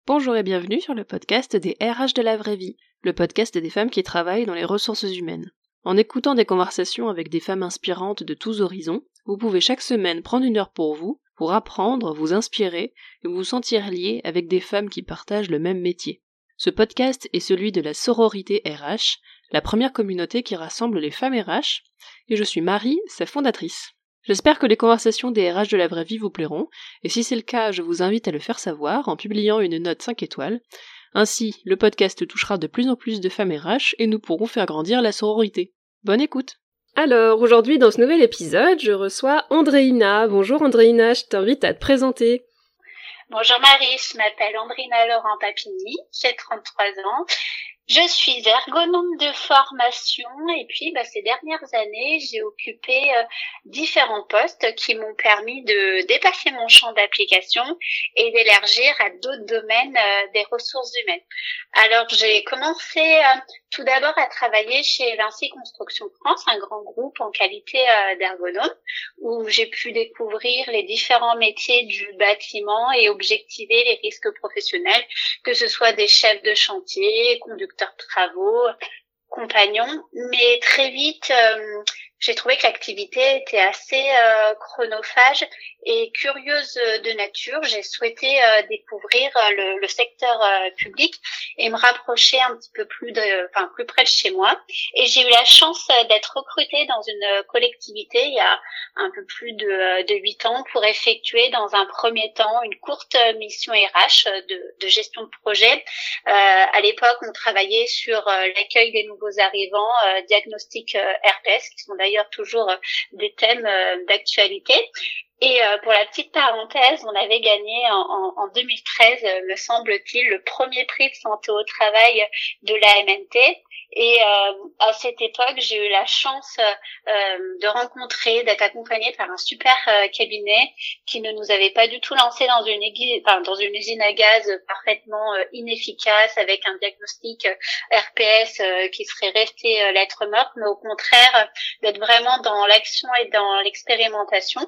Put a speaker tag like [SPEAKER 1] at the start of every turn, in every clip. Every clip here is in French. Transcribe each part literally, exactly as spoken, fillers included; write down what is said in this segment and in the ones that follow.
[SPEAKER 1] Bonjour et bienvenue sur le podcast des R H de la vraie vie, le podcast des femmes qui travaillent dans les ressources humaines. En écoutant des conversations avec des femmes inspirantes de tous horizons, vous pouvez chaque semaine prendre une heure pour vous, pour apprendre, vous inspirer et vous sentir lié avec des femmes qui partagent le même métier. Ce podcast est celui de la sororité R H, la première communauté qui rassemble les femmes R H, et je suis Marie, sa fondatrice. J'espère que les conversations des R H de la vraie vie vous plairont, et si c'est le cas, je vous invite à le faire savoir en publiant une note cinq étoiles. Ainsi, le podcast touchera de plus en plus de femmes R H et nous pourrons faire grandir la sororité. Bonne écoute! Alors, aujourd'hui, dans ce nouvel épisode, je reçois Andréina. Bonjour Andréina, je t'invite à te présenter.
[SPEAKER 2] Bonjour Marie, je m'appelle Andréina Laurent-Papini, j'ai trente-trois ans. Je suis ergonome de formation et puis bah, ces dernières années, j'ai occupé euh, différents postes qui m'ont permis de dépasser mon champ d'application et d'élargir à d'autres domaines euh, des ressources humaines. Alors, j'ai commencé euh, tout d'abord à travailler chez Vinci Construction France, un grand groupe en qualité euh, d'ergonome, où j'ai pu découvrir les différents métiers du bâtiment et objectiver les risques professionnels, que ce soit des chefs de chantier, conducteurs de travaux, compagnons. Mais très vite, euh, j'ai trouvé que l'activité était assez euh, chronophage et curieuse de nature. J'ai souhaité euh, découvrir euh, le, le secteur euh, public et me rapprocher un petit peu plus de, enfin plus près de chez moi. Et j'ai eu la chance euh, d'être recrutée dans une collectivité il y a un peu plus de, de huit ans pour effectuer dans un premier temps une courte mission R H de, de gestion de projet. Euh, à l'époque, on travaillait sur euh, l'accueil des nouveaux arrivants, euh, diagnostic euh, R P S, qui sont d'ailleurs toujours euh, des thèmes euh, d'actualité. Et euh, pour la petite parenthèse, on avait gagné en, en, en deux mille treize, euh, me semble-t-il, le premier prix de santé au travail de la M N T. Et euh, à cette époque, j'ai eu la chance euh, de rencontrer, d'être accompagnée par un super euh, cabinet qui ne nous avait pas du tout lancé dans une, aiguille, enfin, dans une usine à gaz parfaitement euh, inefficace avec un diagnostic euh, R P S euh, qui serait resté euh, lettre morte, mais au contraire euh, d'être vraiment dans l'action et dans l'expérimentation.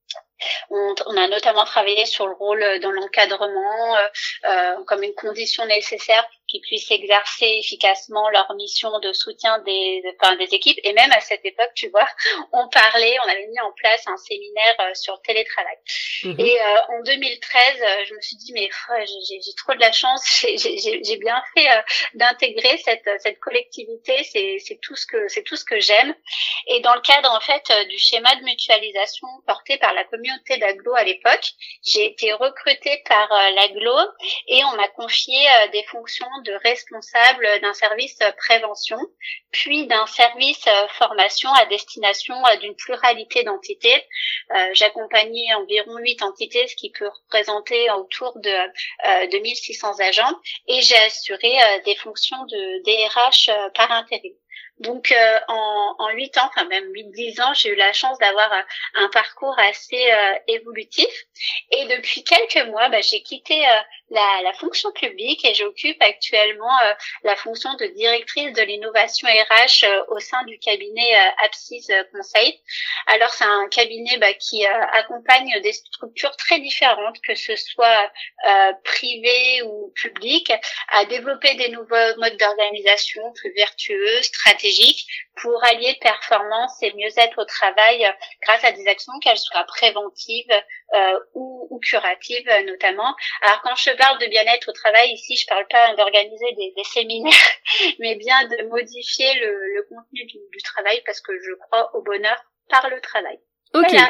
[SPEAKER 2] On, on a notamment travaillé sur le rôle dans l'encadrement euh, euh, comme une condition nécessaire pour qu'ils puissent exercer efficacement leur mission de soutien des, enfin, des équipes. Et même à cette époque, tu vois, on parlait, on avait mis en place un séminaire euh, sur le télétravail. Mmh. Et euh, en deux mille treize, euh, je me suis dit, mais oh, j'ai, j'ai trop de la chance, j'ai, j'ai, j'ai bien fait euh, d'intégrer cette, cette collectivité, c'est, c'est, tout ce que, c'est tout ce que j'aime. Et dans le cadre, en fait, euh, du schéma de mutualisation porté par la communauté d'Aglo à l'époque, j'ai été recrutée par euh, l'Aglo et on m'a confié euh, des fonctions de responsable d'un service euh, prévention, puis d'un service euh, formation à destination euh, d'une pluralité d'entités. Euh, j'accompagnais environ huit entités, ce qui peut représenter autour de, euh, de mille six cents agents, et j'ai assuré euh, des fonctions de D R H euh, par intérim. Donc euh, en, en huit ans, enfin même huit dix ans, j'ai eu la chance d'avoir euh, un parcours assez euh, évolutif. Et depuis quelques mois, bah, j'ai quitté euh, la, la fonction publique et j'occupe actuellement euh, la fonction de directrice de l'innovation R H euh, au sein du cabinet euh, Apsis Conseil. Alors c'est un cabinet bah, qui euh, accompagne des structures très différentes, que ce soit euh, privées ou publiques, à développer des nouveaux modes d'organisation plus vertueux, stratégiques, pour allier performance et mieux-être au travail euh, grâce à des actions, qu'elles soient préventives euh, ou, ou curatives euh, notamment. Alors quand je parle de bien-être au travail, ici je parle pas d'organiser des, des séminaires, mais bien de modifier le, le contenu du, du travail, parce que je crois au bonheur par le travail.
[SPEAKER 1] Ok.
[SPEAKER 2] Voilà.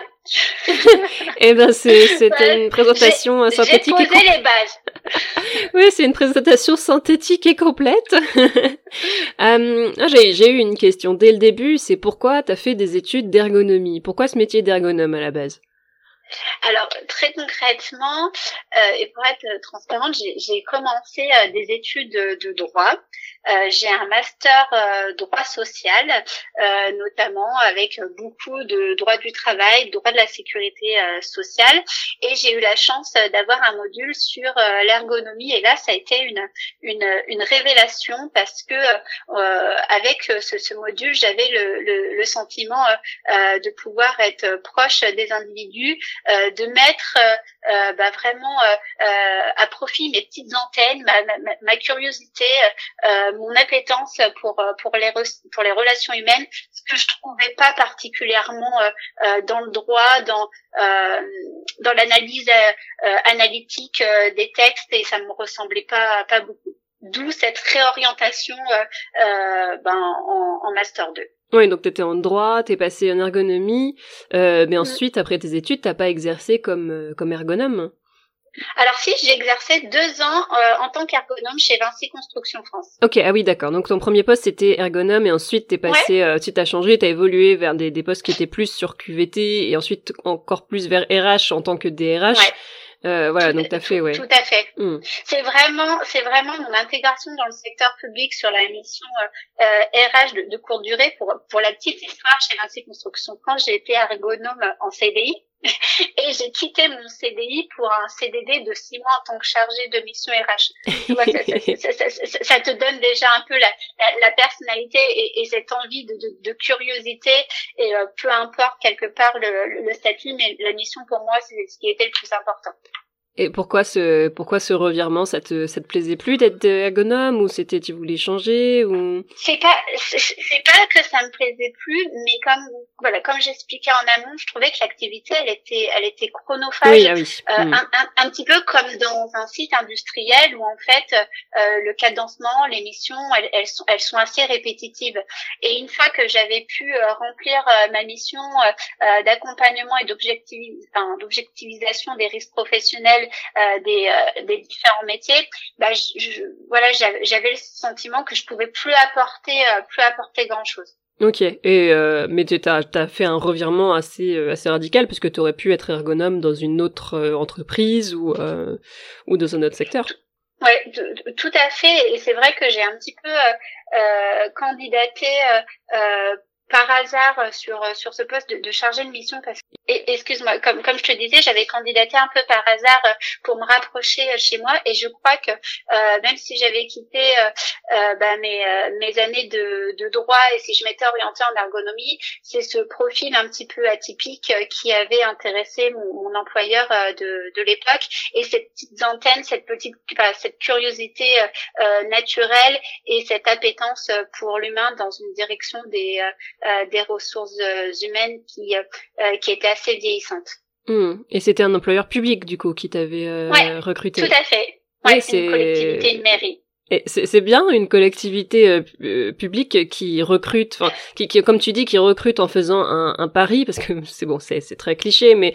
[SPEAKER 1] Eh ben c'est c'était ouais, une présentation
[SPEAKER 2] j'ai,
[SPEAKER 1] synthétique.
[SPEAKER 2] J'ai posé et les bases.
[SPEAKER 1] Oui, c'est une présentation synthétique et complète. euh, j'ai j'ai eu une question dès le début, c'est pourquoi t'as fait des études d'ergonomie? Pourquoi ce métier d'ergonome à la base?
[SPEAKER 2] Alors très concrètement, euh, et pour être transparente, j'ai, j'ai commencé euh, des études de, de droit. Euh, j'ai un master euh, droit social, euh, notamment avec beaucoup de droit du travail, droit de la sécurité euh, sociale, et j'ai eu la chance d'avoir un module sur euh, l'ergonomie. Et là, ça a été une une, une révélation, parce que euh, avec ce, ce module, j'avais le, le, le sentiment euh, de pouvoir être proche des individus, euh, de mettre euh, euh, bah, vraiment euh, euh, à profit mes petites antennes, ma, ma, ma curiosité, euh, mon appétence pour pour les pour les relations humaines, ce que je trouvais pas particulièrement euh, euh, dans le droit, dans euh, dans l'analyse euh, euh, analytique euh, des textes, et ça me ressemblait pas pas beaucoup. D'où cette réorientation euh, euh, ben en, en master deux.
[SPEAKER 1] Oui, donc t'étais en droit, t'es passé en ergonomie, euh, mais ensuite, mmh. après tes études, t'as pas exercé comme euh, comme ergonome?
[SPEAKER 2] Alors si, j'ai exercé deux ans euh, en tant qu'ergonome chez Vinci Construction France.
[SPEAKER 1] Ok, ah oui, d'accord. Donc ton premier poste c'était ergonome et ensuite t'es passé, ouais. euh, tu t'as changé, t'as évolué vers des, des postes qui étaient plus sur Q V T et ensuite encore plus vers R H en tant que D R H. Ouais. Euh, voilà,
[SPEAKER 2] tout,
[SPEAKER 1] donc t'as
[SPEAKER 2] tout,
[SPEAKER 1] fait, ouais.
[SPEAKER 2] Tout à fait.
[SPEAKER 1] Mm.
[SPEAKER 2] C'est vraiment, c'est vraiment mon intégration dans le secteur public sur la mission euh, R H de, de courte durée. Pour pour la petite histoire, chez Vinci Construction France, j'ai été ergonome en C D I. Et j'ai quitté mon C D I pour un C D D de six mois en tant que chargée de mission R H. Tu vois, ça, ça, ça, ça, ça te donne déjà un peu la, la, la personnalité et, et cette envie de, de, de curiosité. Et euh, peu importe quelque part le, le statut, mais la mission pour moi, c'est ce qui était le plus important.
[SPEAKER 1] Et pourquoi ce pourquoi ce revirement, ça te ça te plaisait plus d'être ergonome ou c'était tu voulais changer ou
[SPEAKER 2] C'est pas c'est, c'est pas que ça me plaisait plus, mais comme voilà comme j'expliquais en amont, je trouvais que l'activité elle était elle était chronophage,
[SPEAKER 1] oui, ah oui.
[SPEAKER 2] euh,
[SPEAKER 1] mmh.
[SPEAKER 2] un, un un petit peu comme dans un site industriel où en fait euh, le cadencement, les missions elles elles sont elles sont assez répétitives. Et une fois que j'avais pu euh, remplir euh, ma mission euh, d'accompagnement et d'objectivis- enfin, d'objectivisation des risques professionnels Euh, des, euh, des différents métiers, bah, je, je, voilà, j'avais, j'avais le sentiment que je pouvais plus apporter, euh, plus apporter grand chose.
[SPEAKER 1] Ok, et euh, mais t'as t'as fait un revirement assez euh, assez radical parce que t'aurais pu être ergonome dans une autre euh, entreprise ou euh, ou dans un autre secteur.
[SPEAKER 2] Ouais, t- tout à fait. Et c'est vrai que j'ai un petit peu euh, euh, candidaté euh, euh, par hasard sur sur ce poste de, de chargé de mission parce que et, excuse-moi comme comme je te disais j'avais candidaté un peu par hasard pour me rapprocher chez moi et je crois que euh, même si j'avais quitté euh, euh, bah, mes euh, mes années de de droit et si je m'étais orientée en ergonomie, c'est ce profil un petit peu atypique qui avait intéressé mon, mon employeur de de l'époque et cette petite antenne, cette petite bah, cette curiosité euh, naturelle et cette appétence pour l'humain dans une direction des euh, Euh, des ressources euh, humaines qui euh, qui étaient assez vieillissantes.
[SPEAKER 1] Mmh. Et c'était un employeur public du coup qui t'avait euh,
[SPEAKER 2] ouais,
[SPEAKER 1] recruté.
[SPEAKER 2] Tout à fait. Ouais, ouais c'est une collectivité, une mairie.
[SPEAKER 1] Et c'est, c'est bien une collectivité euh, publique qui recrute, enfin, qui, qui, comme tu dis, qui recrute en faisant un, un pari, parce que c'est bon, c'est, c'est très cliché, mais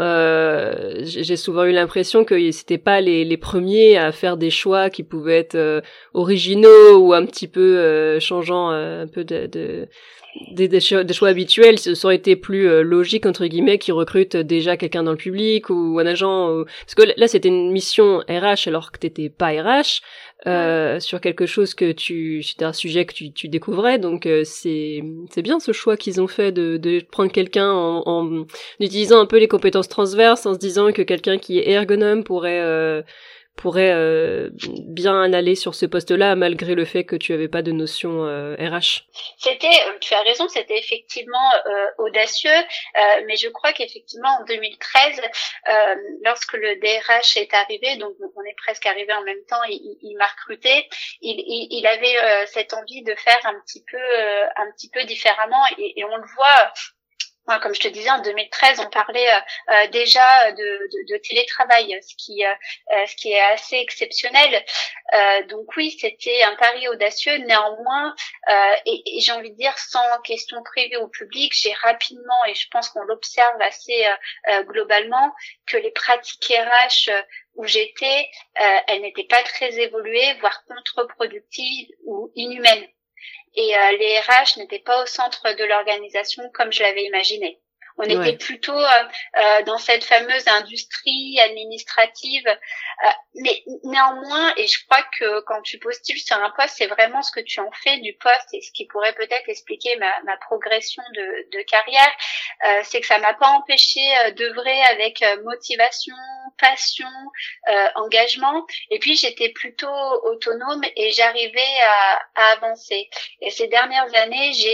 [SPEAKER 1] euh, j'ai souvent eu l'impression que c'était pas les, les premiers à faire des choix qui pouvaient être euh, originaux ou un petit peu euh, changeants, euh, un peu de, de des, des, choix, des choix habituels. Ça aurait été plus euh, logique entre guillemets qu'ils recrutent déjà quelqu'un dans le public ou un agent, ou... parce que là c'était une mission R H alors que t'étais pas R H. Euh, sur quelque chose que tu, c'était un sujet que tu, tu découvrais, donc euh, c'est, c'est bien ce choix qu'ils ont fait de, de prendre quelqu'un en, en utilisant un peu les compétences transverses, en se disant que quelqu'un qui est ergonome pourrait euh, pourrait euh, bien aller sur ce poste-là malgré le fait que tu avais pas de notion euh, R H.
[SPEAKER 2] C'était, tu as raison, c'était effectivement euh, audacieux, euh, mais je crois qu'effectivement en deux mille treize, euh, lorsque le D R H est arrivé, donc on est presque arrivé en même temps, il, il m'a recruté, il, il, il avait euh, cette envie de faire un petit peu, euh, un petit peu différemment, et, et on le voit. Comme je te disais, en deux mille treize, on parlait euh, déjà de, de, de télétravail, ce qui, euh, ce qui est assez exceptionnel. Euh, donc oui, c'était un pari audacieux. Néanmoins, euh, et, et j'ai envie de dire, sans question privée au public, j'ai rapidement, et je pense qu'on l'observe assez euh, globalement, que les pratiques R H où j'étais, euh, elles n'étaient pas très évoluées, voire contre-productives ou inhumaines. Et euh, les R H n'étaient pas au centre de l'organisation comme je l'avais imaginé. On ouais. était plutôt euh, euh, dans cette fameuse industrie administrative. Euh, mais néanmoins, et je crois que quand tu postules sur un poste, c'est vraiment ce que tu en fais du poste et ce qui pourrait peut-être expliquer ma, ma progression de, de carrière, euh, c'est que ça m'a pas empêché euh, d'œuvrer avec euh, motivation, passion, euh, engagement. Et puis j'étais plutôt autonome et j'arrivais à, à avancer. Et ces dernières années, j'ai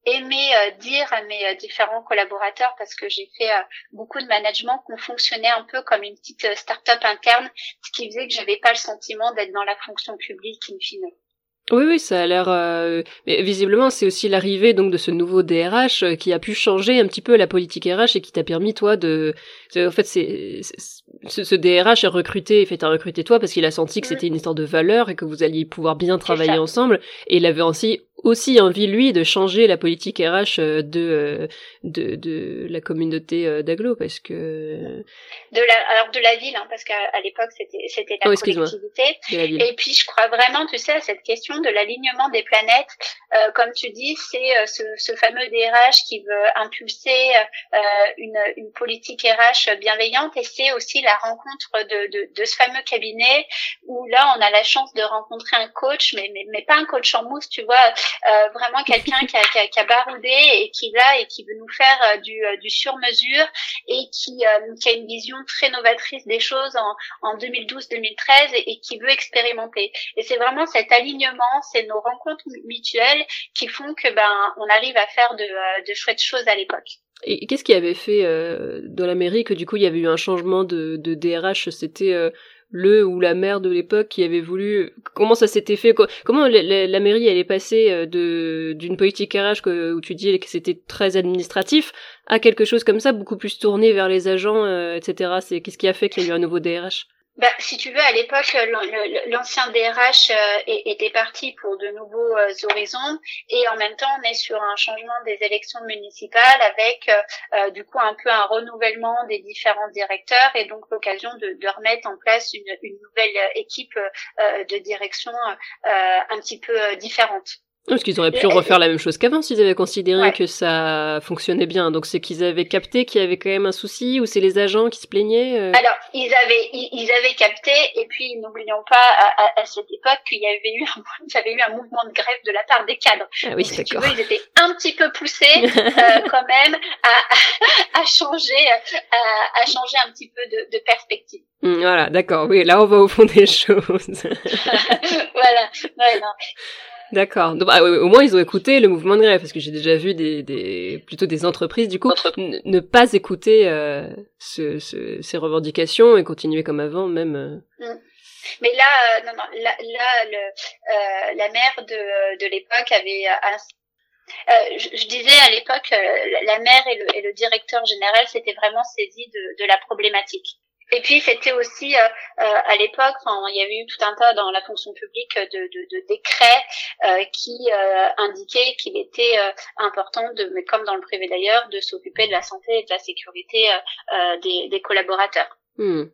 [SPEAKER 2] aimé euh, dire à mes euh, différents collaborateurs, parce que j'ai fait euh, beaucoup de management, qu'on fonctionnait un peu comme une petite euh, start-up interne, ce qui faisait que j'avais pas le sentiment d'être dans la fonction publique in fine.
[SPEAKER 1] Oui, oui, ça a l'air... Euh... Mais visiblement, c'est aussi l'arrivée donc de ce nouveau D R H euh, qui a pu changer un petit peu la politique R H et qui t'a permis, toi, de... En fait, c'est... c'est... Ce D R H a recruté, fait, t'a recruté toi parce qu'il a senti que mmh. c'était une histoire de valeur et que vous alliez pouvoir bien travailler ensemble. Et il avait aussi, aussi envie, lui, de changer la politique R H de, de, de la communauté d'Aglo, parce que...
[SPEAKER 2] De la, alors de la ville, hein, parce qu'à à l'époque, c'était, c'était la oh, collectivité. La et puis, je crois vraiment, tu sais, à cette question de l'alignement des planètes. Euh, comme tu dis, c'est euh, ce, ce fameux D R H qui veut impulser euh, une, une politique R H bienveillante, et c'est aussi la rencontre de, de, de ce fameux cabinet où là, on a la chance de rencontrer un coach, mais, mais, mais pas un coach en mousse, tu vois, euh, vraiment quelqu'un qui a, qui, a, qui a baroudé et qui là et qui veut nous faire euh, du, euh, du sur-mesure, et qui, euh, qui a une vision très novatrice des choses en, en deux mille douze deux mille treize, et, et qui veut expérimenter. Et c'est vraiment cet alignement, c'est nos rencontres mutuelles qui font que ben on arrive à faire de, euh, de chouettes choses à l'époque.
[SPEAKER 1] Et qu'est-ce qui avait fait euh, dans la mairie que du coup il y avait eu un changement de, de D R H? C'était euh, le ou la maire de l'époque qui avait voulu... Comment ça s'était fait? Comment la, la, la mairie elle est passée de d'une politique R H que, où tu dis que c'était très administratif à quelque chose comme ça, beaucoup plus tourné vers les agents, euh, et cetera. C'est, qu'est-ce qui a fait qu'il y a eu un nouveau D R H?
[SPEAKER 2] Bah, si tu veux, à l'époque, l'ancien D R H euh, était parti pour de nouveaux euh, horizons, et en même temps, on est sur un changement des élections municipales avec euh, du coup un peu un renouvellement des différents directeurs, et donc l'occasion de, de remettre en place une, une nouvelle équipe euh, de direction euh, un petit peu différente.
[SPEAKER 1] Parce qu'ils auraient pu refaire la même chose qu'avant s'ils avaient considéré ouais. que ça fonctionnait bien. Donc c'est qu'ils avaient capté qu'il y avait quand même un souci, ou c'est les agents qui se plaignaient euh...
[SPEAKER 2] Alors ils avaient ils, ils avaient capté, et puis n'oublions pas à, à, à cette époque qu'il y avait eu un, il y avait eu un mouvement de grève de la part des cadres.
[SPEAKER 1] Ah oui,
[SPEAKER 2] donc,
[SPEAKER 1] d'accord.
[SPEAKER 2] Si tu veux, ils étaient un petit peu poussés euh, quand même à, à, à changer à, à changer un petit peu de, de perspective.
[SPEAKER 1] Mmh, voilà, d'accord. Oui, là on va au fond des choses.
[SPEAKER 2] Voilà. Ouais, non.
[SPEAKER 1] D'accord. Donc, bah, au moins ils ont écouté le mouvement de grève, parce que j'ai déjà vu des, des plutôt des entreprises du coup n- ne pas écouter euh, ce, ce, ces revendications et continuer comme avant, même. Euh...
[SPEAKER 2] Mm. Mais là, euh, non, non, là, là le, euh, la maire de, de l'époque avait un Euh, je, je disais à l'époque, euh, la maire et le, et le directeur général s'étaient vraiment saisis de, de la problématique. Et puis c'était aussi euh, euh, à l'époque, enfin, il y avait eu tout un tas dans la fonction publique de, de, de décrets euh, qui euh, indiquaient qu'il était euh, important, de, mais comme dans le privé d'ailleurs, de s'occuper de la santé et de la sécurité euh, euh, des, des collaborateurs.
[SPEAKER 1] Hmm.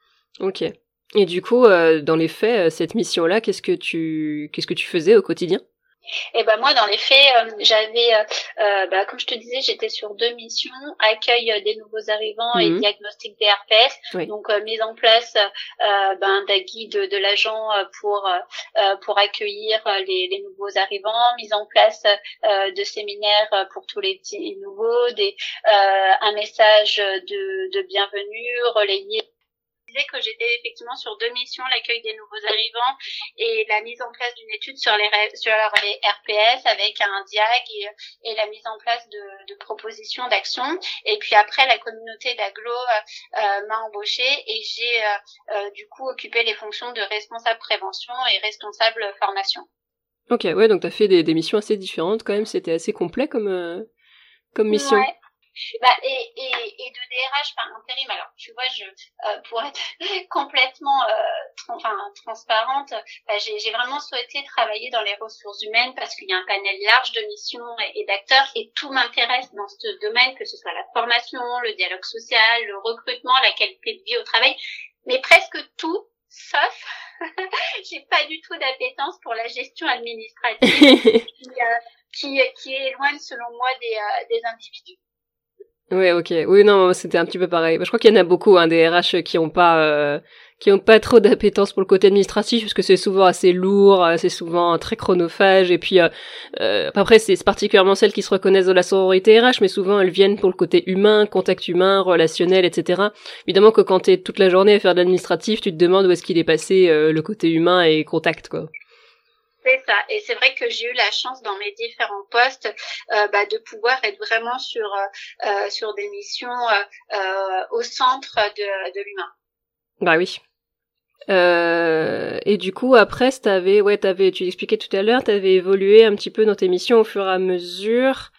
[SPEAKER 1] Ok. Et du coup, euh, dans les faits, cette mission-là, qu'est-ce que tu qu'est-ce que tu faisais au quotidien?
[SPEAKER 2] Et ben moi, dans les faits, euh, j'avais, euh, bah, comme je te disais, j'étais sur deux missions: accueil des nouveaux arrivants mmh. et diagnostic des R P S. Oui. Donc euh, mise en place euh, ben, d'un guide de, de l'agent pour euh, pour accueillir les, les nouveaux arrivants, mise en place euh, de séminaires pour tous les petits nouveaux, des euh, un message de, de bienvenue relayé. Je disais que j'étais effectivement sur deux missions: l'accueil des nouveaux arrivants et la mise en place d'une étude sur les sur les R P S avec un diag et, et la mise en place de, de propositions d'action. Et puis après, la communauté d'Aglo euh, m'a embauchée et j'ai euh, euh, du coup occupé les fonctions de responsable prévention et responsable formation.
[SPEAKER 1] Ok, ouais, donc t'as fait des, des missions assez différentes quand même. C'était assez complet comme euh, comme mission.
[SPEAKER 2] Ouais. Bah et et et de D R H par intérim. Alors tu vois, je euh, pour être complètement euh, tra- enfin transparente, bah, j'ai j'ai vraiment souhaité travailler dans les ressources humaines parce qu'il y a un panel large de missions et, et d'acteurs, et tout m'intéresse dans ce domaine, que ce soit la formation, le dialogue social, le recrutement, la qualité de vie au travail, mais presque tout sauf j'ai pas du tout d'appétence pour la gestion administrative qui, euh, qui qui éloigne selon moi des euh, des individus.
[SPEAKER 1] Ouais, ok. Oui, non, c'était un petit peu pareil. Je crois qu'il y en a beaucoup, hein, des R H qui ont pas, euh, qui ont pas trop d'appétence pour le côté administratif, parce que c'est souvent assez lourd, c'est souvent très chronophage, et puis euh, euh, après c'est particulièrement celles qui se reconnaissent dans la sororité R H, mais souvent elles viennent pour le côté humain, contact humain, relationnel, et cetera. Évidemment que quand t'es toute la journée à faire de l'administratif, tu te demandes où est-ce qu'il est passé euh, le côté humain et contact, quoi.
[SPEAKER 2] C'est ça. Et c'est vrai que j'ai eu la chance dans mes différents postes euh, bah, de pouvoir être vraiment sur euh, sur des missions euh, euh, au centre de, de l'humain.
[SPEAKER 1] Bah oui. Euh, et du coup, après, t'avais, ouais, t'avais, tu l'expliquais tout à l'heure, t'avais évolué un petit peu dans tes missions au fur et à mesure.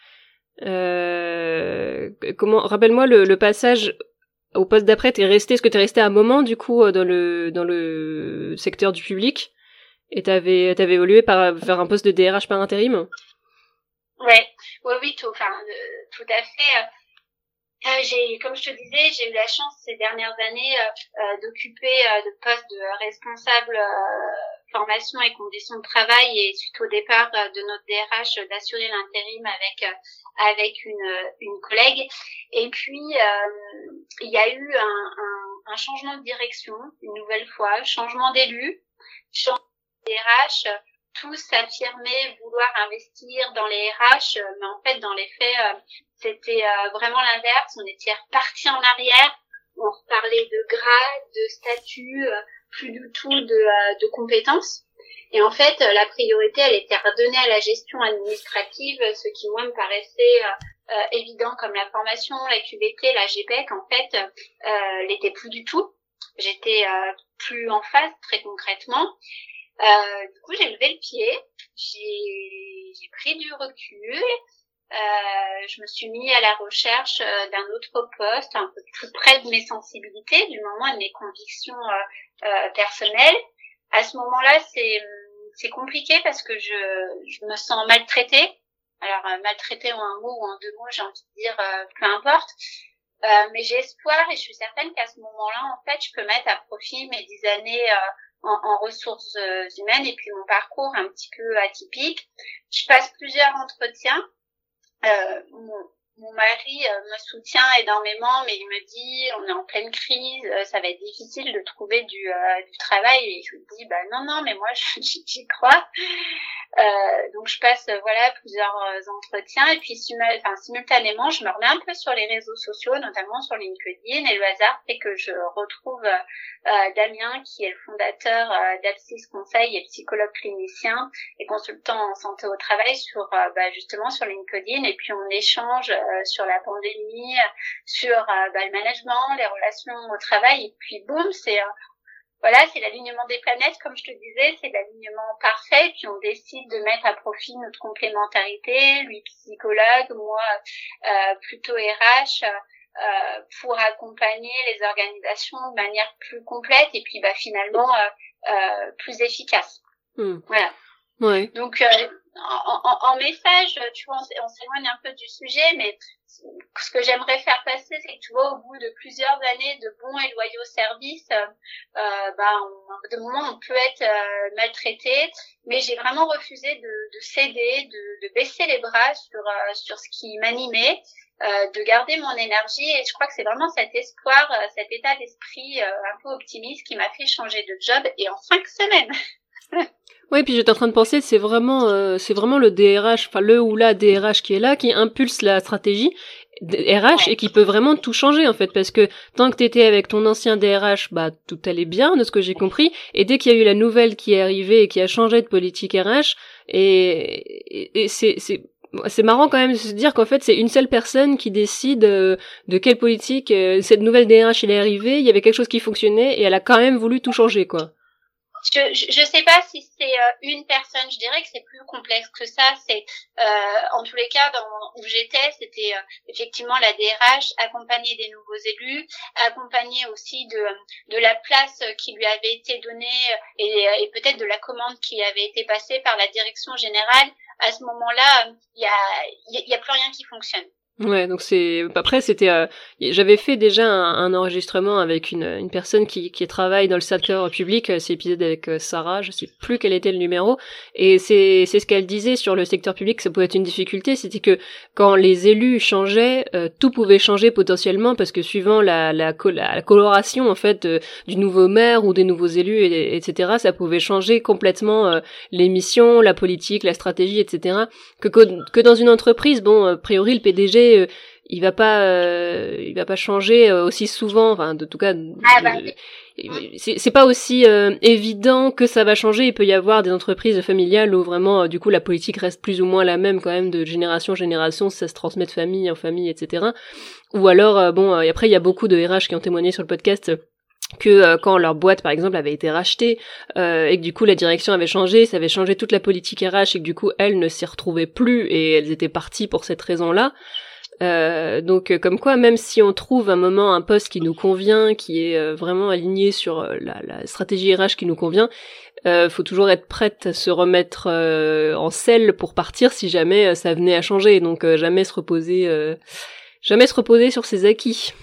[SPEAKER 1] Euh, comment, rappelle-moi le, le passage au poste d'après. T'es resté, est-ce que t'es resté un moment du coup dans le dans le secteur du public et t'avais t'avais évolué par vers un poste de D R H par intérim?
[SPEAKER 2] Ouais, oui, oui, tout, enfin, euh, tout à fait. Euh, j'ai, comme je te disais, j'ai eu la chance ces dernières années euh, euh, d'occuper euh, de postes de responsable euh, formation et conditions de travail, et suite au départ euh, de notre D R H euh, d'assurer l'intérim avec euh, avec une une collègue. Et puis euh, il y a eu un, un, un changement de direction une nouvelle fois, changement d'élu, changement de D R H. Tous affirmaient vouloir investir dans les R H, mais en fait, dans les faits, euh, c'était euh, vraiment l'inverse. On était reparti en arrière. On reparlait de grade, de statut, euh, plus du tout de, euh, de compétences. Et en fait, la priorité, elle était redonnée à la gestion administrative, ce qui, moi, me paraissait euh, euh, évident, comme la formation, la Q B T, la G P E C, en fait, euh, l'était plus du tout. J'étais euh, plus en phase, très concrètement. Euh, du coup, j'ai levé le pied, j'ai, j'ai pris du recul, euh, je me suis mis à la recherche euh, d'un autre poste, un peu plus près de mes sensibilités, du moment et de mes convictions euh, euh, personnelles. À ce moment-là, c'est, c'est compliqué parce que je, je me sens maltraitée. Alors, euh, maltraitée en un mot ou en deux mots, j'ai envie de dire, euh, peu importe. Euh, mais j'ai espoir et je suis certaine qu'à ce moment-là, en fait, je peux mettre à profit mes dix années euh, En, en ressources euh, humaines et puis mon parcours un petit peu atypique. Je passe plusieurs entretiens. Euh, mon, mon mari euh, me soutient énormément, mais il me dit on est en pleine crise, euh, ça va être difficile de trouver du, euh, du travail. Et je lui dis bah non non, mais moi j'y crois. Euh, donc je passe euh, voilà plusieurs euh, entretiens et puis simul- enfin, simultanément je me remets un peu sur les réseaux sociaux, notamment sur LinkedIn, et le hasard fait que je retrouve euh, Damien, qui est le fondateur euh, d'Apsis Conseil et psychologue clinicien et consultant en santé au travail, sur euh, bah, justement sur LinkedIn, et puis on échange euh, sur la pandémie, sur euh, bah, le management, les relations au travail, et puis boum, c'est euh, voilà, c'est l'alignement des planètes, comme je te disais, c'est l'alignement parfait, puis on décide de mettre à profit notre complémentarité, lui psychologue, moi euh, plutôt R H, euh, pour accompagner les organisations de manière plus complète et puis bah finalement euh, euh, plus efficace.
[SPEAKER 1] Mmh.
[SPEAKER 2] Voilà.
[SPEAKER 1] Ouais.
[SPEAKER 2] Donc euh, en, en, en message, tu vois, on, on s'éloigne un peu du sujet, mais ce que j'aimerais faire passer, c'est que tu vois, au bout de plusieurs années de bons et loyaux services, euh, bah, on, de moments on peut être euh, maltraité, mais j'ai vraiment refusé de, de céder, de, de baisser les bras sur euh, sur ce qui m'animait, euh, de garder mon énergie, et je crois que c'est vraiment cet espoir, euh, cet état d'esprit euh, un peu optimiste qui m'a fait changer de job, et en cinq semaines.
[SPEAKER 1] Oui, puis j'étais en train de penser, c'est vraiment, euh, c'est vraiment le D R H, enfin le ou la D R H qui est là, qui impulse la stratégie R H
[SPEAKER 2] Ouais.
[SPEAKER 1] et qui peut vraiment tout changer en fait, parce que tant que t'étais avec ton ancien D R H, bah tout allait bien de ce que j'ai compris, et dès qu'il y a eu la nouvelle qui est arrivée et qui a changé de politique R H, et, et, et c'est, c'est c'est marrant quand même de se dire qu'en fait c'est une seule personne qui décide euh, de quelle politique euh, cette nouvelle D R H elle est arrivée, il y avait quelque chose qui fonctionnait et elle a quand même voulu tout changer quoi.
[SPEAKER 2] Je, je je sais pas si c'est euh, une personne, je dirais que c'est plus complexe que ça. C'est euh, en tous les cas dans où j'étais, c'était euh, effectivement la D R H, accompagner des nouveaux élus, accompagner aussi de de la place qui lui avait été donnée et, et peut-être de la commande qui avait été passée par la direction générale. À ce moment-là, il y a il y a plus rien qui fonctionne.
[SPEAKER 1] Ouais, donc c'est après c'était euh, j'avais fait déjà un, un enregistrement avec une une personne qui qui travaille dans le secteur public, c'est l'épisode avec euh, Sarah, je sais plus quel était le numéro, et c'est c'est ce qu'elle disait sur le secteur public, ça pouvait être une difficulté, c'était que quand les élus changeaient, euh, tout pouvait changer potentiellement parce que suivant la la, la, la coloration en fait euh, du nouveau maire ou des nouveaux élus et, etc, ça pouvait changer complètement euh, les missions, la politique, la stratégie, etc. Que que, que dans une entreprise, bon a priori le P D G il va pas, euh, il va pas changer aussi souvent. Enfin, de tout cas,
[SPEAKER 2] ah bah,
[SPEAKER 1] euh, c'est, c'est pas aussi euh, évident que ça va changer. Il peut y avoir des entreprises familiales où vraiment, euh, du coup, la politique reste plus ou moins la même quand même de génération en génération, ça se transmet de famille en famille, et cetera. Ou alors, euh, bon, euh, et après, il y a beaucoup de R H qui ont témoigné sur le podcast que euh, quand leur boîte, par exemple, avait été rachetée euh, et que du coup la direction avait changé, ça avait changé toute la politique R H et que du coup elles ne s'y retrouvaient plus et elles étaient parties pour cette raison-là. Euh, donc euh, comme quoi, même si on trouve un moment un poste qui nous convient, qui est euh, vraiment aligné sur euh, la, la stratégie R H qui nous convient, euh, faut toujours être prête à se remettre euh, en selle pour partir si jamais euh, ça venait à changer. Donc euh, jamais se reposer, euh, jamais se reposer sur ses acquis.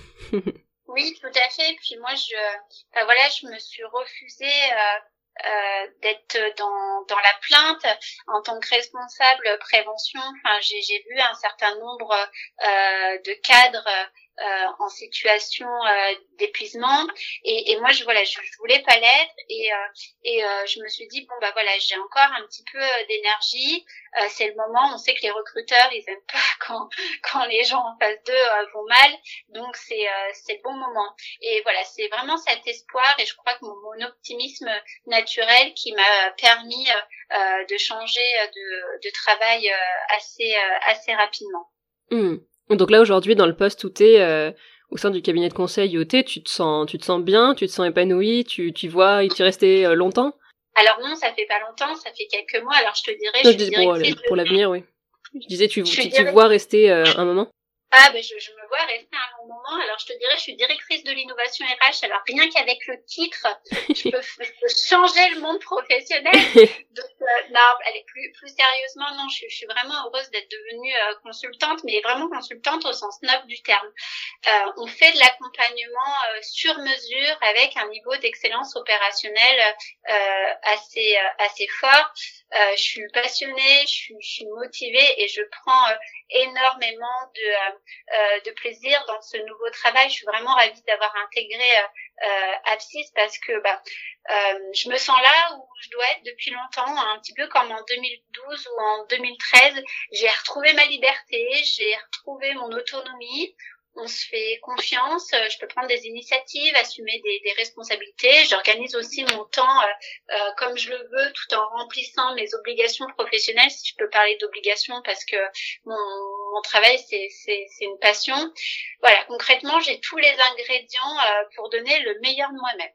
[SPEAKER 2] Oui, tout à fait. Puis moi, je, enfin voilà, je me suis refusée euh, euh, d'être dans dans la plainte en tant que responsable prévention. Enfin, j'ai j'ai vu un certain nombre euh, de cadres euh, en situation euh, d'épuisement et, et moi, je voilà, je, je voulais pas l'être et euh, et euh, je me suis dit bon bah voilà, j'ai encore un petit peu d'énergie. Euh, c'est le moment. On sait que les recruteurs, ils aiment pas quand quand les gens en face d'eux euh, vont mal. Donc c'est euh, c'est le bon moment. Et voilà, c'est vraiment cet espoir et je crois que mon, mon optimisme naturel qui m'a permis euh, de changer de de travail euh, assez euh, assez rapidement.
[SPEAKER 1] Mmh. Donc là aujourd'hui dans le poste où t'es euh, au sein du cabinet de conseil où t'es, tu te sens tu te sens bien, tu te sens épanoui, tu tu vois y t'y rester euh, longtemps?
[SPEAKER 2] Alors non, ça fait pas longtemps, ça fait quelques mois. Alors je te dirais,
[SPEAKER 1] non,
[SPEAKER 2] je,
[SPEAKER 1] je
[SPEAKER 2] suis
[SPEAKER 1] disais pour,
[SPEAKER 2] directrice
[SPEAKER 1] pour
[SPEAKER 2] de...
[SPEAKER 1] l'avenir, oui. Je disais, tu, tu,
[SPEAKER 2] tu
[SPEAKER 1] vois rester euh, un moment?
[SPEAKER 2] Ah ben je, je me vois rester un long moment. Alors je te dirais, je suis directrice de l'innovation R H. Alors rien qu'avec le titre, je peux, je peux changer le monde professionnel. Donc euh, non, allez plus plus sérieusement, non, je, je suis vraiment heureuse d'être devenue euh, consultante, mais vraiment consultante au sens noble du terme. Euh, on fait de l'accompagnement euh, sur mesure avec un niveau d'excellence opérationnelle euh, assez euh, assez fort. Euh, je suis passionnée, je suis, je suis motivée et je prends euh, énormément de euh, de plaisir dans ce nouveau travail. Je suis vraiment ravie d'avoir intégré euh, Apsis parce que bah euh, je me sens là où je dois être depuis longtemps, un petit peu comme en deux mille douze ou en deux mille treize. J'ai retrouvé ma liberté, j'ai retrouvé mon autonomie. On se fait confiance, je peux prendre des initiatives, assumer des, des responsabilités. J'organise aussi mon temps euh, euh, comme je le veux, tout en remplissant mes obligations professionnelles, si je peux parler d'obligations, parce que mon, mon travail, c'est, c'est, c'est une passion. Voilà, concrètement, j'ai tous les ingrédients euh, pour donner le meilleur de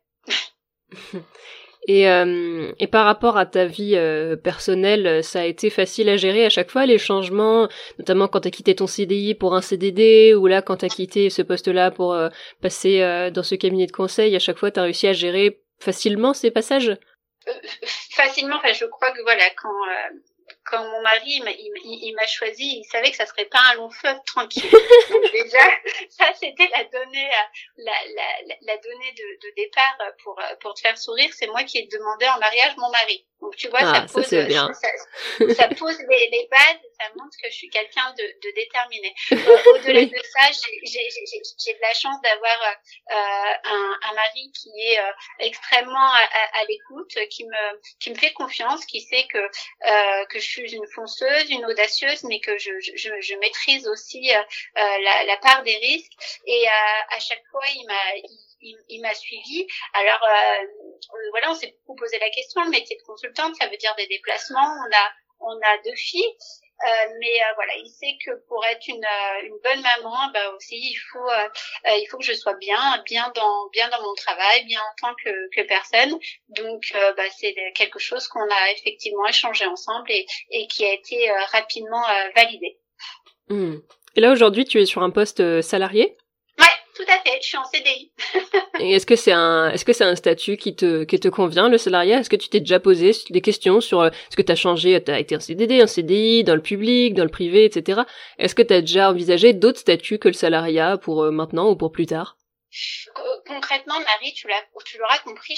[SPEAKER 2] moi-même.
[SPEAKER 1] Et, euh, et par rapport à ta vie euh, personnelle, ça a été facile à gérer à chaque fois, les changements, notamment quand t'as quitté ton C D I pour un C D D, ou là quand t'as quitté ce poste-là pour euh, passer euh, dans ce cabinet de conseil, à chaque fois t'as réussi à gérer facilement ces passages?
[SPEAKER 2] euh, Facilement, enfin je crois que voilà, quand... Euh... Quand mon mari il m'a, il, il m'a choisi, il savait que ça serait pas un long fleuve tranquille. Donc déjà, ça c'était la donnée, la, la, la donnée de, de départ pour pour te faire sourire. C'est moi qui ai demandé en mariage mon mari. Donc tu vois,
[SPEAKER 1] ah,
[SPEAKER 2] ça pose,
[SPEAKER 1] ça, bien.
[SPEAKER 2] ça, ça pose les, les bases, ça montre que je suis quelqu'un de, de déterminé. Euh, au-delà oui. de ça, j'ai, j'ai, j'ai, j'ai de la chance d'avoir euh, un, un mari qui est euh, extrêmement à, à, à l'écoute, qui me qui me fait confiance, qui sait que euh, que je suis une fonceuse, une audacieuse, mais que je je, je maîtrise aussi euh, la, la part des risques. Et euh, à chaque fois, il m'a il, Il, il m'a suivi. Alors euh, voilà, on s'est beaucoup posé la question. Le métier de consultante, ça veut dire des déplacements. On a on a deux filles, euh, mais euh, voilà, il sait que pour être une une bonne maman, bah aussi il faut euh, il faut que je sois bien bien dans bien dans mon travail, bien en tant que que personne. Donc euh, bah c'est quelque chose qu'on a effectivement échangé ensemble et et qui a été euh, rapidement euh, validé.
[SPEAKER 1] Mmh. Et là aujourd'hui, tu es sur un poste salarié?
[SPEAKER 2] Tout à fait, je suis en C D I.
[SPEAKER 1] Et est-ce que c'est un, est-ce que c'est un statut qui te, qui te convient, le salariat? Est-ce que tu t'es déjà posé des questions sur euh, ce que t'as changé? T'as été en C D D, en C D I, dans le public, dans le privé, et cetera. Est-ce que t'as déjà envisagé d'autres statuts que le salariat pour euh, maintenant ou pour plus tard?
[SPEAKER 2] Concrètement, Marie, tu l'as, tu l'auras compris, je suis